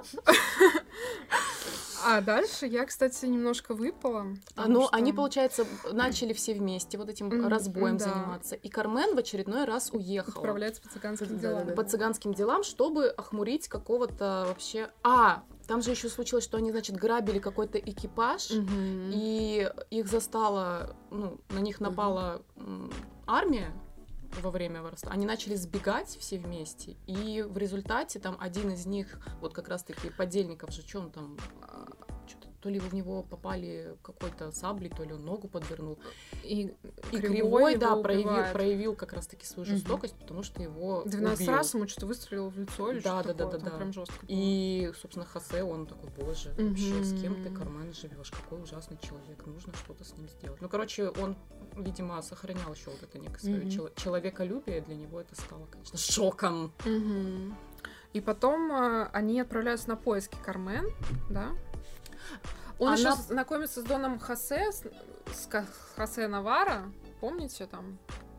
А дальше я, кстати, немножко выпала. А, потому ну, что- они, получается, начали все вместе вот этим М, разбоем да. заниматься. И Кармен в очередной раз уехала Отправляется по цыганским Да-да-да. делам. по цыганским делам, чтобы охмурить какого-то вообще... А, Там же еще случилось, что они, значит, грабили какой-то экипаж, Мгм. и их застала, ну, на них напала м, армия во время воровства. Они начали сбегать все вместе, и в результате там один из них, вот как раз-таки подельников же, что он там, а, что-то, то ли в него попали какой-то саблей, то ли он ногу подвернул. И, И Кривой Кривой, его да, проявил, убивает. проявил как раз-таки свою Мгм. жестокость, потому что его двенадцать убил. раз ему что-то выстрелил в лицо или Да, что-то да, да, такое, да, там да. прям жестко было. И, собственно, Хосе, он такой, боже, вообще, с кем ты, Мгм. Кармен, живешь? Какой ужасный человек, нужно что-то с ним сделать. Ну, короче, он, видимо, сохранял еще вот это некое свое Мгм. чело- человеколюбие, и для него это стало, конечно, шоком. Мгм. И потом э, они отправляются на поиски Кармен, да? Он Она- еще знакомится с Доном Хосе, с, с Ка- Хосе Навара, помните там?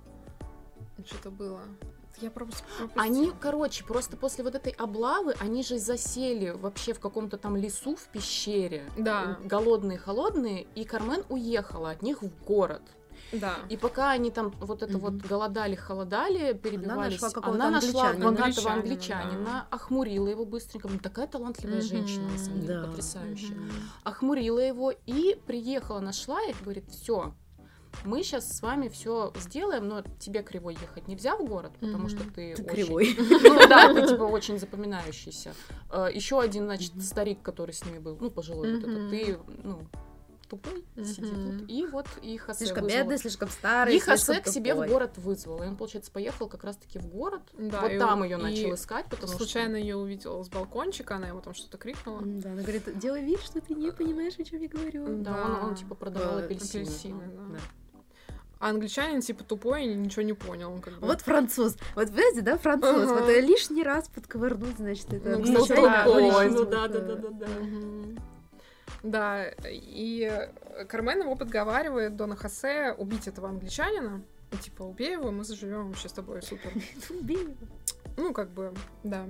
Что-то было. Я пропус- пропустила. Они, короче, просто после вот этой облавы, они же засели вообще в каком-то там лесу, в пещере. Да. Голодные, холодные, и Кармен уехала от них в город. Да. И пока они там вот это Мгм. вот голодали, холодали, перебивались, нашла какого-то она нашла англичанина. богатого Англичанина, англичанина, охмурила его быстренько. Ну, такая талантливая Мгм. женщина, на самом деле, Да. потрясающая. Мгм. Охмурила его и приехала, нашла их, говорит, все, мы сейчас с вами все сделаем, но тебе, Кривой, ехать нельзя в город, потому Мгм. что ты, Ты очень- кривой. Ну да, ты типа очень запоминающийся. Еще один, значит, Мгм. старик, который с ними был, ну, пожилой вот Мгм. этот, ты, ну, тупой, сиди Мгм. тут. И вот и Хосе Слишком вызвала. бедный, слишком старый, И Хосе слишком к себе в тупой. город вызвал. И он, получается, поехал как раз-таки в город. Да, вот и там у- ее и начал искать, потому Случайно ее увидела с балкончика, она ему там что-то крикнула. Да, она говорит, делай вид, что ты не понимаешь, о чем я говорю. что... Да, Да. он, он, типа продавал Э, апельсины. Апельсины, да. Да. А англичанин типа тупой и ничего не понял. Он как бы... Вот француз. Вот, понимаете, да, француз. Ага. Вот э, лишний раз подковырнуть, значит, это... Ну, Ну, кстати, тупой, да, ну лишний да, звук, да, да, да, да. Мгм. Да, и Кармен его подговаривает, Дона Хосе, убить этого англичанина. И, типа, убей его, мы заживем вообще с тобой супер. Убей его. Ну, как бы, да.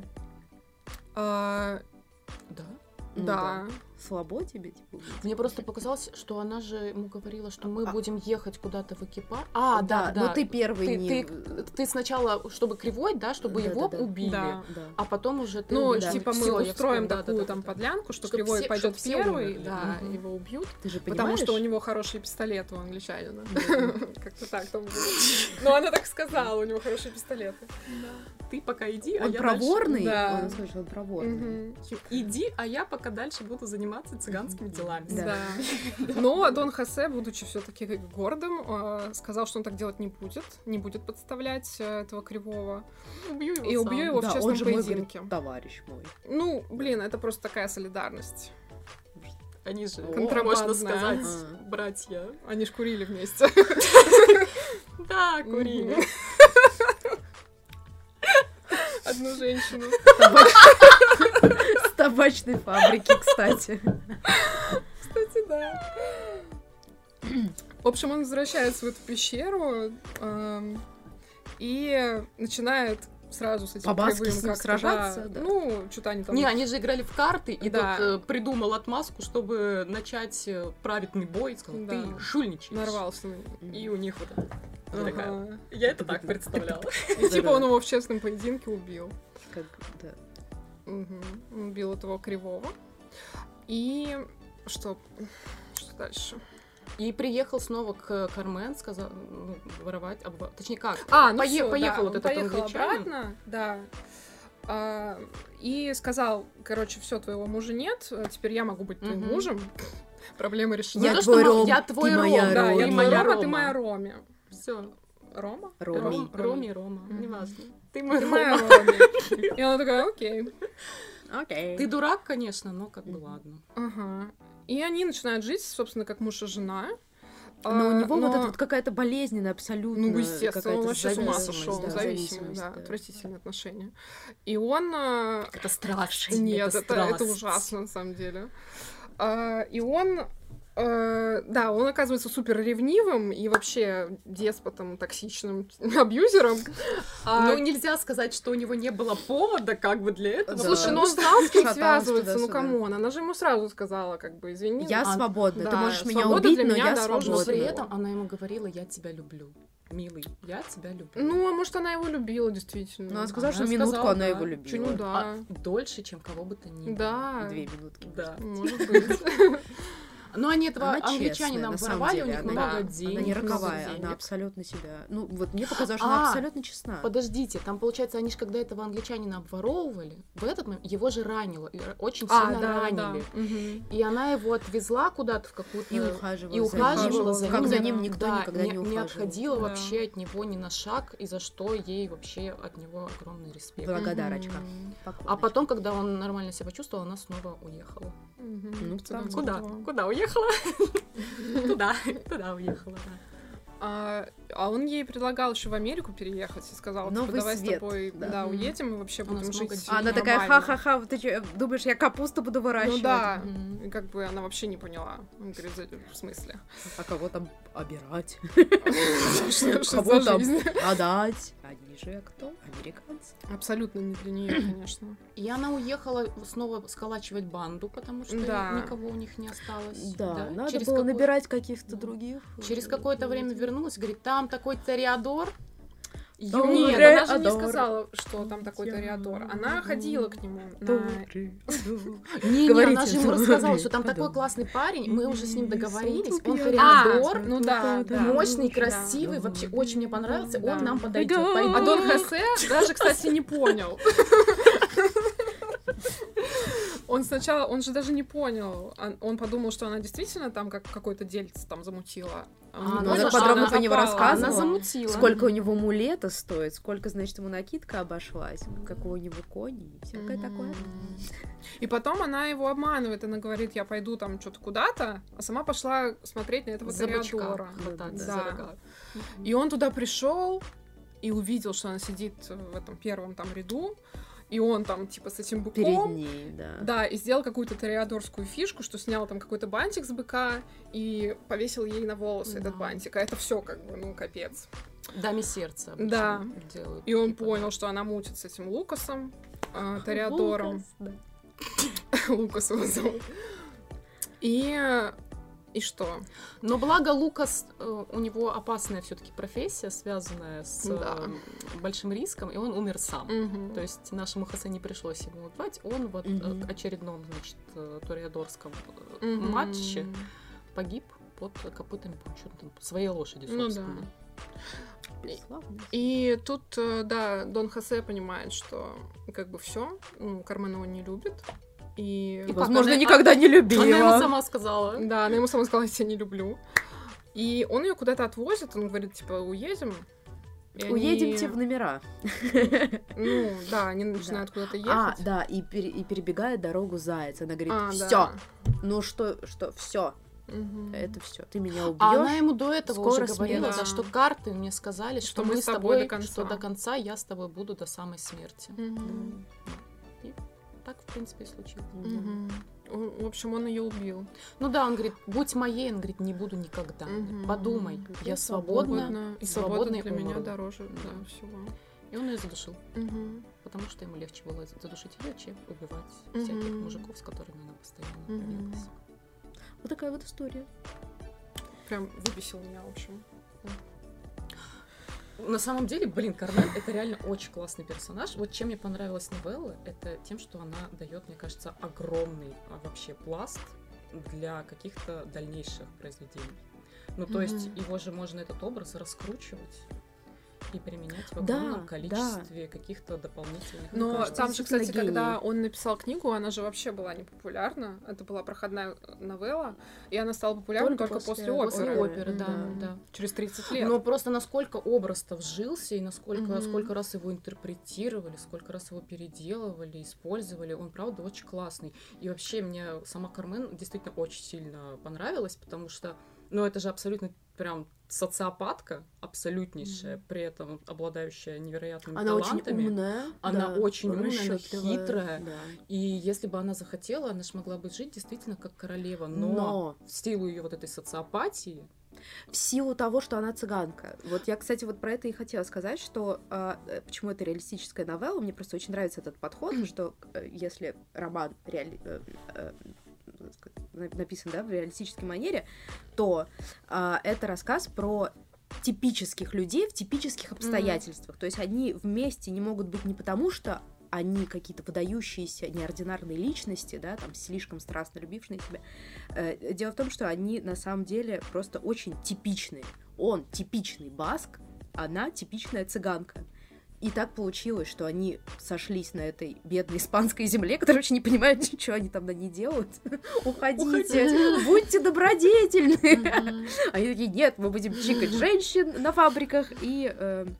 А, Да. Ну да. Слабо тебе, типа, убить? Мне просто показалось, что она же ему говорила, что мы А. будем ехать куда-то в экипаж. А, да, да. но ты первый Ты, не... ты, ты сначала, чтобы Кривой, да, чтобы Да, его да, да. убили. Да. Да. А потом уже ты Ну, убежишь. да. типа, мы Всё, я устроим вспомнила, да, такую да, да, там да. подлянку, что Чтоб Кривой все- пойдет чтоб все первый, умерли. да, Мгм. его убьют. Ты же Потому понимаешь? что у него хороший пистолет у англичанина. Мгм. Как-то так там было. Ну, она так сказала, у него хорошие пистолеты. Ты пока иди, а Он я проворный? Да. Он, слушай, он проворный. Мгм. дальше... Иди, а я пока дальше буду заниматься цыганскими делами. Да. Да. Но Дон Хосе, будучи все-таки гордым, э, сказал, что он так делать не будет, не будет подставлять э, этого Кривого. Убью его И сам. убью его в Да, честном он же мой, поединке. говорит, товарищ мой. Ну, блин, это просто такая солидарность. Они же, О, можно сказать, А. братья. Они ж курили вместе. Да, курили. Мгм. Одну женщину. С табачной фабрики, кстати. Кстати, да. В общем, он возвращается в эту пещеру эм, и начинает сразу с этим По-баски кривым с ним как-то, сражаться, да. да. Ну, что-то они там... Не, они же играли в карты, и Да. тот э, придумал отмазку, чтобы начать э, праведный бой. Сказал, Да. ты жульничаешь. нарвался. И у них вот это. Ага. такая. Я это так представляла. И типа он его в честном поединке убил. Как, да. Мгм. Он убил этого кривого. И что? Что дальше? И приехал снова к Кармен, сказал, ну, воровать, обва- точнее как, А, ну пое- всё, поехал да, вот он этот поехал англичанин. обратно, да. А, и сказал, короче, все, твоего мужа нет, а теперь я могу быть твоим Мгм. мужем. Проблема решена. Я Не то, твой что мо- Ром, я ты твой моя Ром, да, Роми. я ты твой моя Рома, ты Рома. моя Роми. Все. Рома? Роми. Ром, Роми, Рома, Мгм. неважно. Ты мой Ты Рома. моя Роми. И она такая, окей. Окей. Ты дурак, конечно, но как бы Мгм. ладно. Ага. И они начинают жить, собственно, как муж и жена. Но у А, него вот но- это вот какая-то болезненная абсолютно. Ну, естественно, он какая-то вообще с ума зависимость, сошел, да, зависимый, зависимость, да, да. отвратительные отношения. И он... а, Это страшно. Нет, это, это ужасно, на самом деле. А, и он... э, да, он оказывается супер ревнивым и вообще деспотом, токсичным абьюзером. А, Ну, нельзя сказать, что у него не было повода как бы для этого. Да. слушай, ну он знал, с кем Шатался связывается, ну туда-сюда. камон, она же ему сразу сказала, как бы, извини. Я А, свободна. Ты да, можешь меня свобода убить, для но меня я дороже Но свободна. при всего. этом она ему говорила, я тебя люблю. милый, я тебя люблю. Ну, а может, она его любила, действительно. Ну, она сказала, Она что минутку сказала, она да. его любила. Ну, да. А дольше, чем кого бы то ни было. Да. Две минутки. Да. Может быть. Но они этого Она англичане честная, нам на самом воровали, у деле, них она много не- денег. Она не много роковая, денег. она абсолютно себя... Ну, вот мне показалось, что она А, абсолютно честна. Подождите, там, получается, они же, когда этого англичанина обворовывали, в этот момент его же ранило, и очень А, сильно да, ранили. да. Мгм. И она его отвезла куда-то в какую-то... И ухаживала, и ухаживала за ним. Как ним. за ним никто Да, никогда не ухаживал. отходила Да. вообще от него ни на шаг, и за что ей вообще от него огромный респект. Благодарочка. Мгм. А Поклоночка. потом, когда он нормально себя почувствовал, она снова уехала. Мгм. Ну, В цыганское Куда? крыло. Куда уехала? Туда, туда уехала, да. А, а он ей предлагал еще в Америку переехать и сказал, типа, Новый давай свет, с тобой да. да, Мгм. уедем и вообще У нас будем много жить. денег. А она такая, нормально». ха-ха-ха, ты что, думаешь, я капусту буду выращивать? Ну да. Мгм. И как бы она вообще не поняла. Он говорит, «За- в смысле? А кого там обирать? Что что Кого за там жизнь? отдать? Они же кто? Американцы. Абсолютно не для нее, конечно. И она уехала снова сколачивать банду, потому что Да. никого у них не осталось. Да, надо Через было какое- набирать каких-то других. Через какое-то время вернулась, говорит, там такой Тореадор. Там Ё- Нет, Ре- она же не Адор. сказала, что там такой Тореадор. Она ходила к нему на... Не, не, Говорите, она же ему Тореадор. рассказала, что там такой классный парень, мы уже с ним договорились, он А, Тореадор, ну да, да. мощный, Да. красивый, вообще очень мне понравился, Да. он нам подойдет. Да. пойдем. А Дон Хосе даже, кстати, не понял. Он сначала, он же даже не понял. Он- Он подумал, что она действительно там как какой-то дельце там замутила. Он не А, понял, ну, что подробно она про него попала. рассказывала. Она замутила. Сколько у него мулета стоит, сколько, значит, ему накидка обошлась, какой у него кони и всякое Мгм. такое. И потом она его обманывает, она говорит, я пойду там что-то куда-то, а сама пошла смотреть на этого За бычка Тореадора. хвататься Да. за рога. И он туда пришел и увидел, что она сидит в этом первом там ряду, и он там типа с этим быком. Перед ней, да. Да, и сделал какую-то тореадорскую фишку, что снял там какой-то бантик с быка и повесил ей на волосы этот Да. бантик. А это все как бы, ну, капец. Даме сердца обычно Да. делают. И он Типа, понял, что она мутит с этим Лукасом, э, Тореадором. Лукас, да. Лукас его зовут. И... И что? Но благо Лукас, э, у него опасная все-таки профессия, связанная с Да. э, большим риском, и он умер сам. Мгм. То есть нашему Хосе не пришлось ему убивать, он вот Мгм. э, очередном, значит, э, тореадорском э, Мгм. матче погиб под копытами что-то там, своей лошади, Ну собственно. Славно. И тут, э, да, Дон Хосе понимает, что как бы все, ну, Кармен его не любит. И, И как Возможно, она- никогда не любила. Она ему сама сказала. да, она ему сама сказала, я тебя не люблю. И он ее куда-то отвозит, он говорит, типа, уедем. И они- Уедемте в номера. Ну, да, они начинают куда-то А, ехать. да, и, пере- и перебегает дорогу заяц. Она говорит, А, все, да. ну что, что, все, Мгм. это все, ты меня убьешь. А она ему до этого скоро уже говорила, смерть. да, что карты мне сказали, что, мы с тобой, до что до конца я с тобой буду до самой смерти. Мгм. И так, в принципе, и случилось. Мгм. В общем, он ее убил. Ну да, он говорит, будь моей, он говорит, не буду никогда. Мгм. Подумай, я Я свободна. Свободно. И свободно свободно для меня умру. дороже Да. да, всего. И он ее задушил, Мгм. потому что ему легче было задушить ее, чем убивать Мгм. всяких мужиков, с которыми она постоянно Мгм. пряталась. Вот такая вот история. Прям выбесил меня, в общем. На самом деле, блин, Кармен это реально очень классный персонаж. Вот чем мне понравилась новелла, это тем, что она дает, мне кажется, огромный а, вообще пласт для каких-то дальнейших произведений. Ну, то есть Мгм. его же можно этот образ раскручивать и применять в Да, огромном да. количестве каких-то дополнительных. Но кажется, там же, кстати, действительно когда гений. он написал книгу, она же вообще была не популярна. Это была проходная новелла, и она стала популярна Только только, после- после, После оперы. оперы, да, Мгм. да. Через тридцать лет. Но просто насколько образ-то вжился, и насколько Мгм. сколько раз его интерпретировали, сколько раз его переделывали, использовали, он, правда, очень классный. И вообще мне сама Кармен действительно очень сильно понравилась, потому что, ну, это же абсолютно прям социопатка, абсолютнейшая, Мгм. при этом обладающая невероятными Она очень талантами. умная. Она да, очень умная, она расчётливая, хитрая. да. И если бы она захотела, она же могла бы жить действительно как королева. Но, Но в силу ее вот этой социопатии, в силу того, что она цыганка. Вот я, кстати, вот про это и хотела сказать, что а, э, почему это реалистическая новелла, мне просто очень нравится этот подход, что э, если роман реали- э, э, на- написан, да, в реалистической манере, то а, это рассказ про типических людей в типических обстоятельствах. Mm-hmm. То есть они вместе не могут быть не потому, что они какие-то выдающиеся, неординарные личности, да, там, слишком страстно любившие себя. Э, дело в том, что они на самом деле просто очень типичные. Он типичный баск, она типичная цыганка. И так получилось, что они сошлись на этой бедной испанской земле, которая вообще не понимает, что они там на ней делают. Уходите, будьте добродетельны. Они такие, нет, мы будем чикать женщин на фабриках и...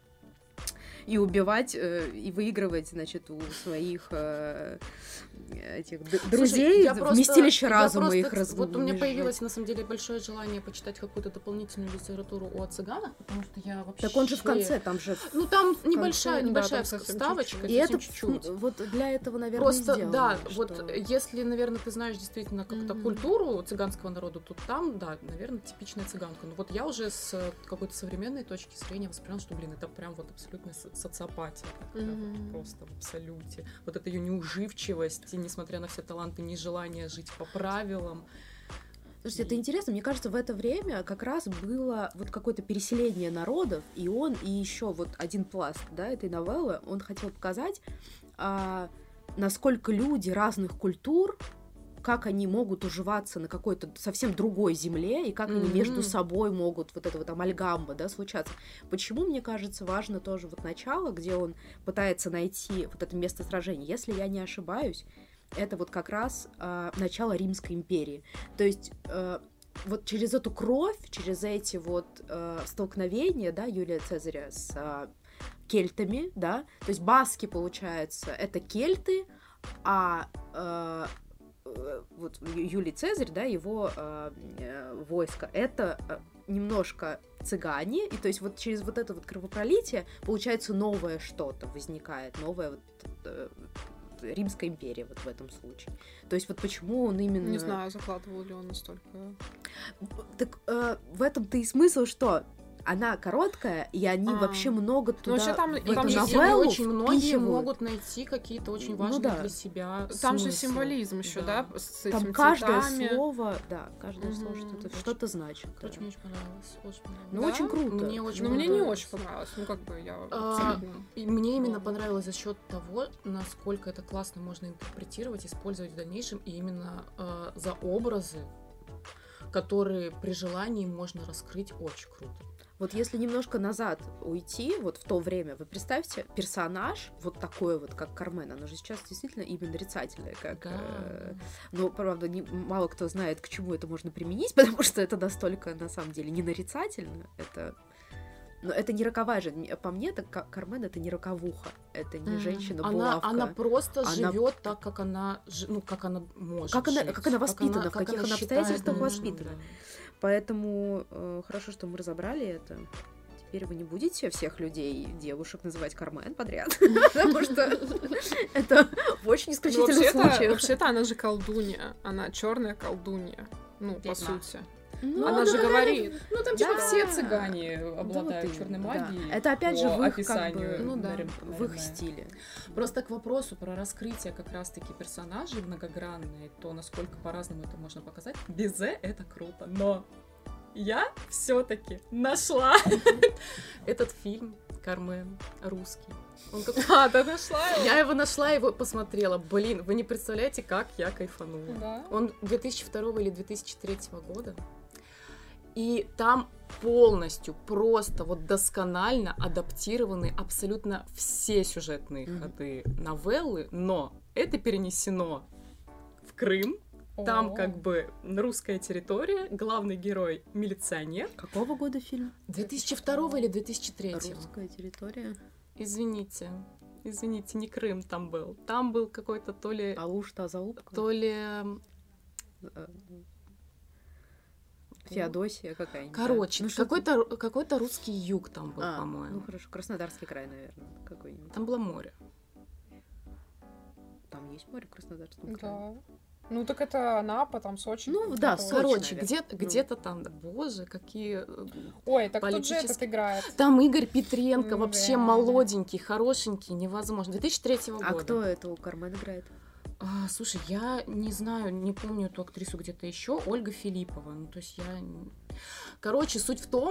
и убивать, э, и выигрывать, значит, у своих э, этих д- друзей вместилище разума их раз. Вот у меня появилось, на самом деле, большое желание почитать какую-то дополнительную литературу о цыганах, потому что я вообще... Так он же в конце, там же... Ну, там небольшая, конце, небольшая да, там вставочка, и это чуть-чуть. Вот для этого, наверное, просто, сделано, да, что... вот если, наверное, ты знаешь действительно как-то mm-hmm. культуру цыганского народа, то там, да, наверное, типичная цыганка. Но вот я уже с какой-то современной точки зрения восприняла, что, блин, это прям вот абсолютно социопатия, mm-hmm. просто в абсолюте. Вот эта ее неуживчивость, и несмотря на все таланты, нежелание жить по правилам. Слушайте, и... это интересно, мне кажется, в это время как раз было вот какое-то переселение народов, и он, и еще вот один пласт, да, этой новеллы, он хотел показать, а, насколько люди разных культур, как они могут уживаться на какой-то совсем другой земле, и как mm-hmm. они между собой могут, вот это вот амальгамба, да, случаться. Почему, мне кажется, важно тоже вот начало, где он пытается найти вот это место сражения. Если я не ошибаюсь, это вот как раз э, начало Римской империи. То есть э, вот через эту кровь, через эти вот э, столкновения, да, Юлия Цезаря с э, кельтами, да, то есть баски, получается, это кельты, а... Э, вот Юлий Цезарь, да, его э, э, войско, это э, немножко цыгане, и то есть вот через вот это вот кровопролитие получается новое что-то возникает, новая вот э, Римская империя вот в этом случае. То есть вот почему он именно... Не знаю, закладывал ли он настолько... Так э, в этом-то и смысл, что она короткая, и они а. вообще много туда... Ну, вообще там, в там эту же новеллу очень многие впихивают. могут найти какие-то очень важные ну, да. для себя Там смыслы. же символизм еще, да, да с этим там каждое цветами. слово, да, каждое угу. слово что-то, что-то значит. Короче, да. мне очень понравилось. Очень понравилось. Ну, да? очень круто. Мне очень Но мне не очень понравилось. понравилось. Ну, как бы я а, абсолютно... и мне именно понравилось за счет того, насколько это классно можно интерпретировать, использовать в дальнейшем, и именно э, за образы, которые при желании можно раскрыть очень круто. Вот если немножко назад уйти, вот в то время, вы представьте, персонаж вот такой вот, как Кармен, она же сейчас действительно имя нарицательное, как... Да. Э, но, правда, не, мало кто знает, к чему это можно применить, потому что это настолько, на самом деле, не нарицательно, это... Но это не роковая же, по мне, так Кармен это не роковуха, это не женщина-булавка. Она, она просто она... живет так, как она, ну, как она может как она, жить. как она воспитана, как в каких она, она считает, обстоятельствах да, воспитана. да. Поэтому э, хорошо, что мы разобрали это. Теперь вы не будете всех людей, девушек называть Кармен подряд, потому что это в очень исключительных случаях. Вообще-то она же колдунья, она черная колдунья, ну, по сути. Ну, она да, же говорит. Ну, там типа да. все цыгане обладают да, вот черной да. магией. Это опять же в их, описанию, как бы, ну, да, на, в их стиле. Просто к вопросу про раскрытие как раз-таки персонажей многогранные, то насколько по-разному это можно показать. Безе это круто, но я все-таки нашла этот фильм «Кармен» русский. Он как... А, ты нашла его? Я его нашла, его посмотрела. Блин, вы не представляете, как я кайфанула. Да? Он две тысячи второго или две тысячи третьего года. И там полностью, просто вот досконально адаптированы абсолютно все сюжетные mm-hmm. ходы новеллы, но это перенесено в Крым. Oh. Там как бы русская территория, главный герой милиционер. Какого года фильм? две тысячи второго или две тысячи третьего. Русская территория. Извините. Извините, не Крым там был. Там был какой-то то ли... Алушта, Залупка? То ли... Феодосия какая-нибудь. Короче, ну, какой-то, какой-то русский юг там был, а, по-моему. Ну хорошо, Краснодарский край, наверное, какой-нибудь. Там было море. Там есть море в Краснодарском крае? Да. Ну так это Анапа, там Сочи. Ну да, Сочи, короче, наверное. где-то, ну. где-то там, да, боже, какие Ой, так политические... тут же этот играет. Там Игорь Петренко, ну, вообще да. молоденький, хорошенький, невозможно. две тысячи третьего года. А кто это у Кармен играет? А, слушай, я не знаю, не помню эту актрису где-то еще. Ольга Филиппова. Ну, то есть я... Короче, суть в том,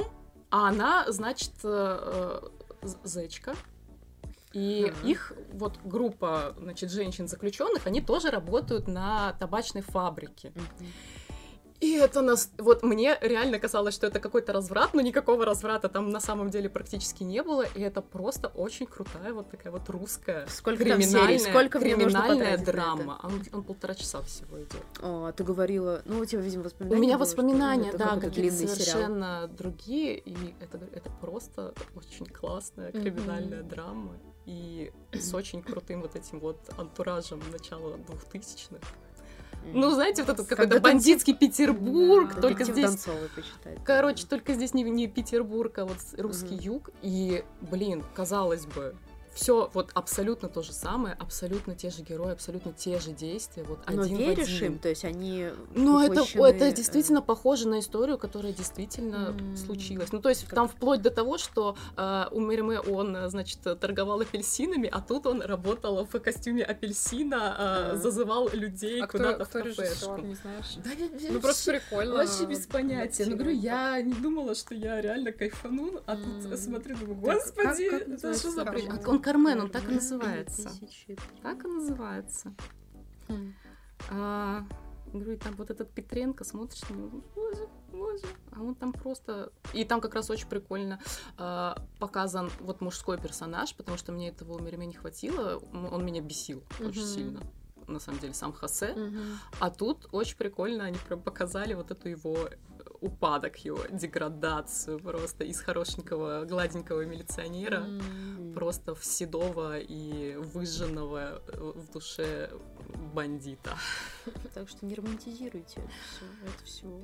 А она, значит, э, э, зэчка. И uh-huh. их вот группа, значит, женщин-заключенных, они тоже работают на табачной фабрике. Uh-huh. И это нас... Вот мне реально казалось, что это какой-то разврат, но никакого разврата там на самом деле практически не было. И это просто очень крутая вот такая вот русская Сколько криминальная, Сколько криминальная драма. Он, он полтора часа всего идет. О, ты говорила... Ну, у тебя, видимо, воспоминания. У меня было, воспоминания, да, какие-то совершенно сериал. другие. И это, это просто очень классная криминальная mm-hmm. драма. И с очень крутым вот этим вот антуражем начала двухтысячных. Ну, знаете, вот этот какой-то бандитский Петербург, да, только здесь... почитать. Короче, только здесь не, не Петербург, а вот русский mm-hmm. юг. И, блин, казалось бы, все вот абсолютно то же самое, абсолютно те же герои, абсолютно те же действия, вот Но один веришь в один. им? То есть они Ну, это, выпущены... это действительно похоже на историю, которая действительно mm-hmm. случилась. Ну, то есть как... там вплоть до того, что э, у Мериме он, значит, торговал апельсинами, а тут он работал в костюме апельсина, э, mm-hmm. зазывал людей а куда-то кто, в кафешку. Режиссер, не знаешь? Да, я, я, ну, просто прикольно. Вообще без понятия. Ну, говорю, я не думала, что я реально кайфану, а mm-hmm. тут смотрю, думаю, господи, как, как это что за бред? Кармен. Он Кармен, он так и называется. Так и называется. Хм. А, говорю, там вот этот Петренко, смотришь, ну, боже, боже, а он там просто... И там как раз очень прикольно а, показан вот мужской персонаж, потому что мне этого у Мериме не хватило, он меня бесил uh-huh. очень сильно, на самом деле, сам Хосе. Uh-huh. А тут очень прикольно они прям показали вот эту его упадок, его деградацию просто из хорошенького, гладенького милиционера mm-hmm. просто в седого и выжженного в душе бандита. Так что не романтизируйте это все. Это все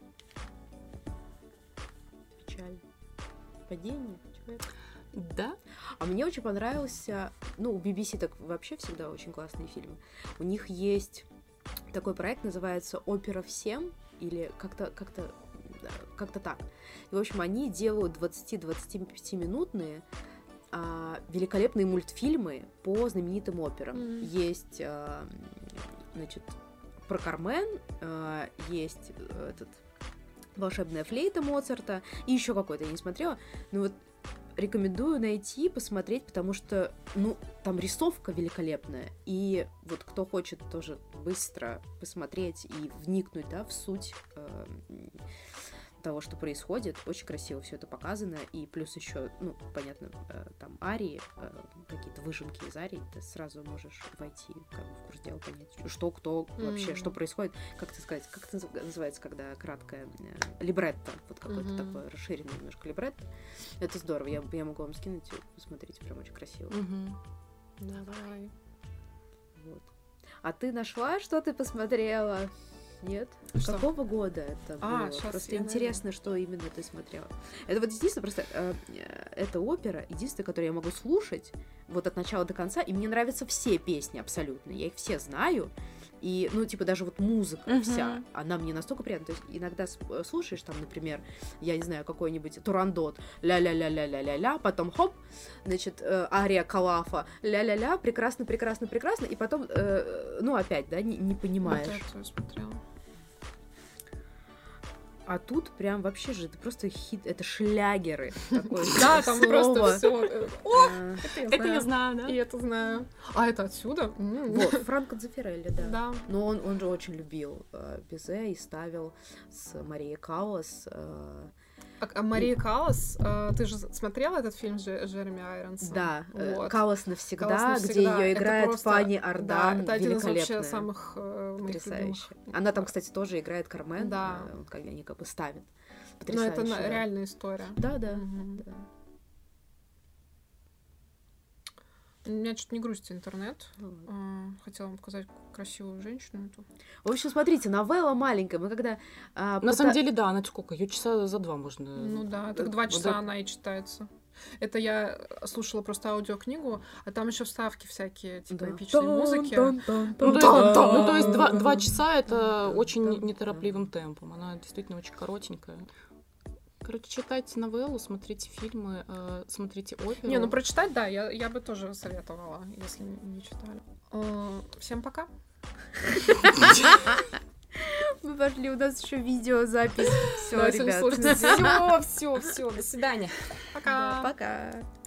печаль. Падение человека. Да. А мне очень понравился... Ну, у би би си так вообще всегда очень классные фильмы. У них есть такой проект, называется «Опера всем», или как-то, как-то, как-то так. И, в общем, они делают двадцать-двадцатипятиминутные а, великолепные мультфильмы по знаменитым операм. Mm-hmm. Есть, а, значит, про Кармен, а, есть этот «Волшебная флейта» Моцарта, и еще какой-то я не смотрела. Но вот рекомендую найти, посмотреть, потому что, ну, там рисовка великолепная, и вот кто хочет тоже быстро посмотреть и вникнуть, да, в суть э, того, что происходит, очень красиво все это показано, и плюс еще, ну, понятно, э, там арии, э, какие-то выжимки из арий, ты сразу можешь войти как бы в курс дела, понять, что, кто вообще, mm-hmm. что происходит, как это сказать, как это называется, когда краткое э, либретто, вот какое-то mm-hmm. такое расширенное немножко либретто, это здорово, я, я могу вам скинуть, посмотрите, прям очень красиво. Mm-hmm. Давай. Вот. А ты нашла, что ты посмотрела? Нет? Что? Какого года это а, было? Просто я интересно, найду. Что именно ты смотрела. Это вот единственное, просто э, эта опера, единственная, которую я могу слушать вот от начала до конца, и мне нравятся все песни абсолютно, я их все знаю, и, ну, типа, даже вот музыка uh-huh. вся, она мне настолько приятна, то есть иногда слушаешь там, например, я не знаю, какой-нибудь Турандот, ля-ля-ля-ля-ля-ля-ля, потом хоп, значит, э, ария Калафа, ля-ля-ля, прекрасно, прекрасно, прекрасно, и потом, э, ну, опять, да, не, не понимаешь. Вот это я смотрела. А тут прям вообще же, это просто хит, это шлягеры. Да, там просто все. О, это я знаю, да? И это знаю. А это отсюда? Вот, Франко Дзеффирелли, да. Да. Но он, он же очень любил Бизе и ставил с Марией Каллас. А, а Мария Каллас, э, ты же смотрела этот фильм с Джереми Айронсом? Да, вот. Каллас навсегда, Каллас навсегда, где ее играет просто... Фанни Ардан, да, это один из великолепная. вообще самых э, потрясающая. Она там, кстати, тоже играет Кармен, да. э, как они как бы ставят. Но это да. реальная история. Да, да. Угу. да. У меня что-то не грузится интернет. Mm. Хотела вам показать красивую женщину эту. В общем, смотрите, новелла маленькая. Мы когда... А, На пота... самом деле, да, она сколько? Ее часа за два можно... Ну да, так два часа вот она и читается. Это я слушала просто аудиокнигу, а там еще вставки всякие, типа да. эпичной музыки. Ну, то есть два, два часа это очень неторопливым темпом. Она действительно очень коротенькая. Короче, читайте новеллу, смотрите фильмы, э, смотрите оперу. Не, ну прочитать, да, я, я бы тоже советовала, если не читали. Э, всем пока. Мы пошли, у нас еще видеозапись. Все, Да, сегодня ребят. сложный день. Все, все, все, до свидания. Пока. Пока.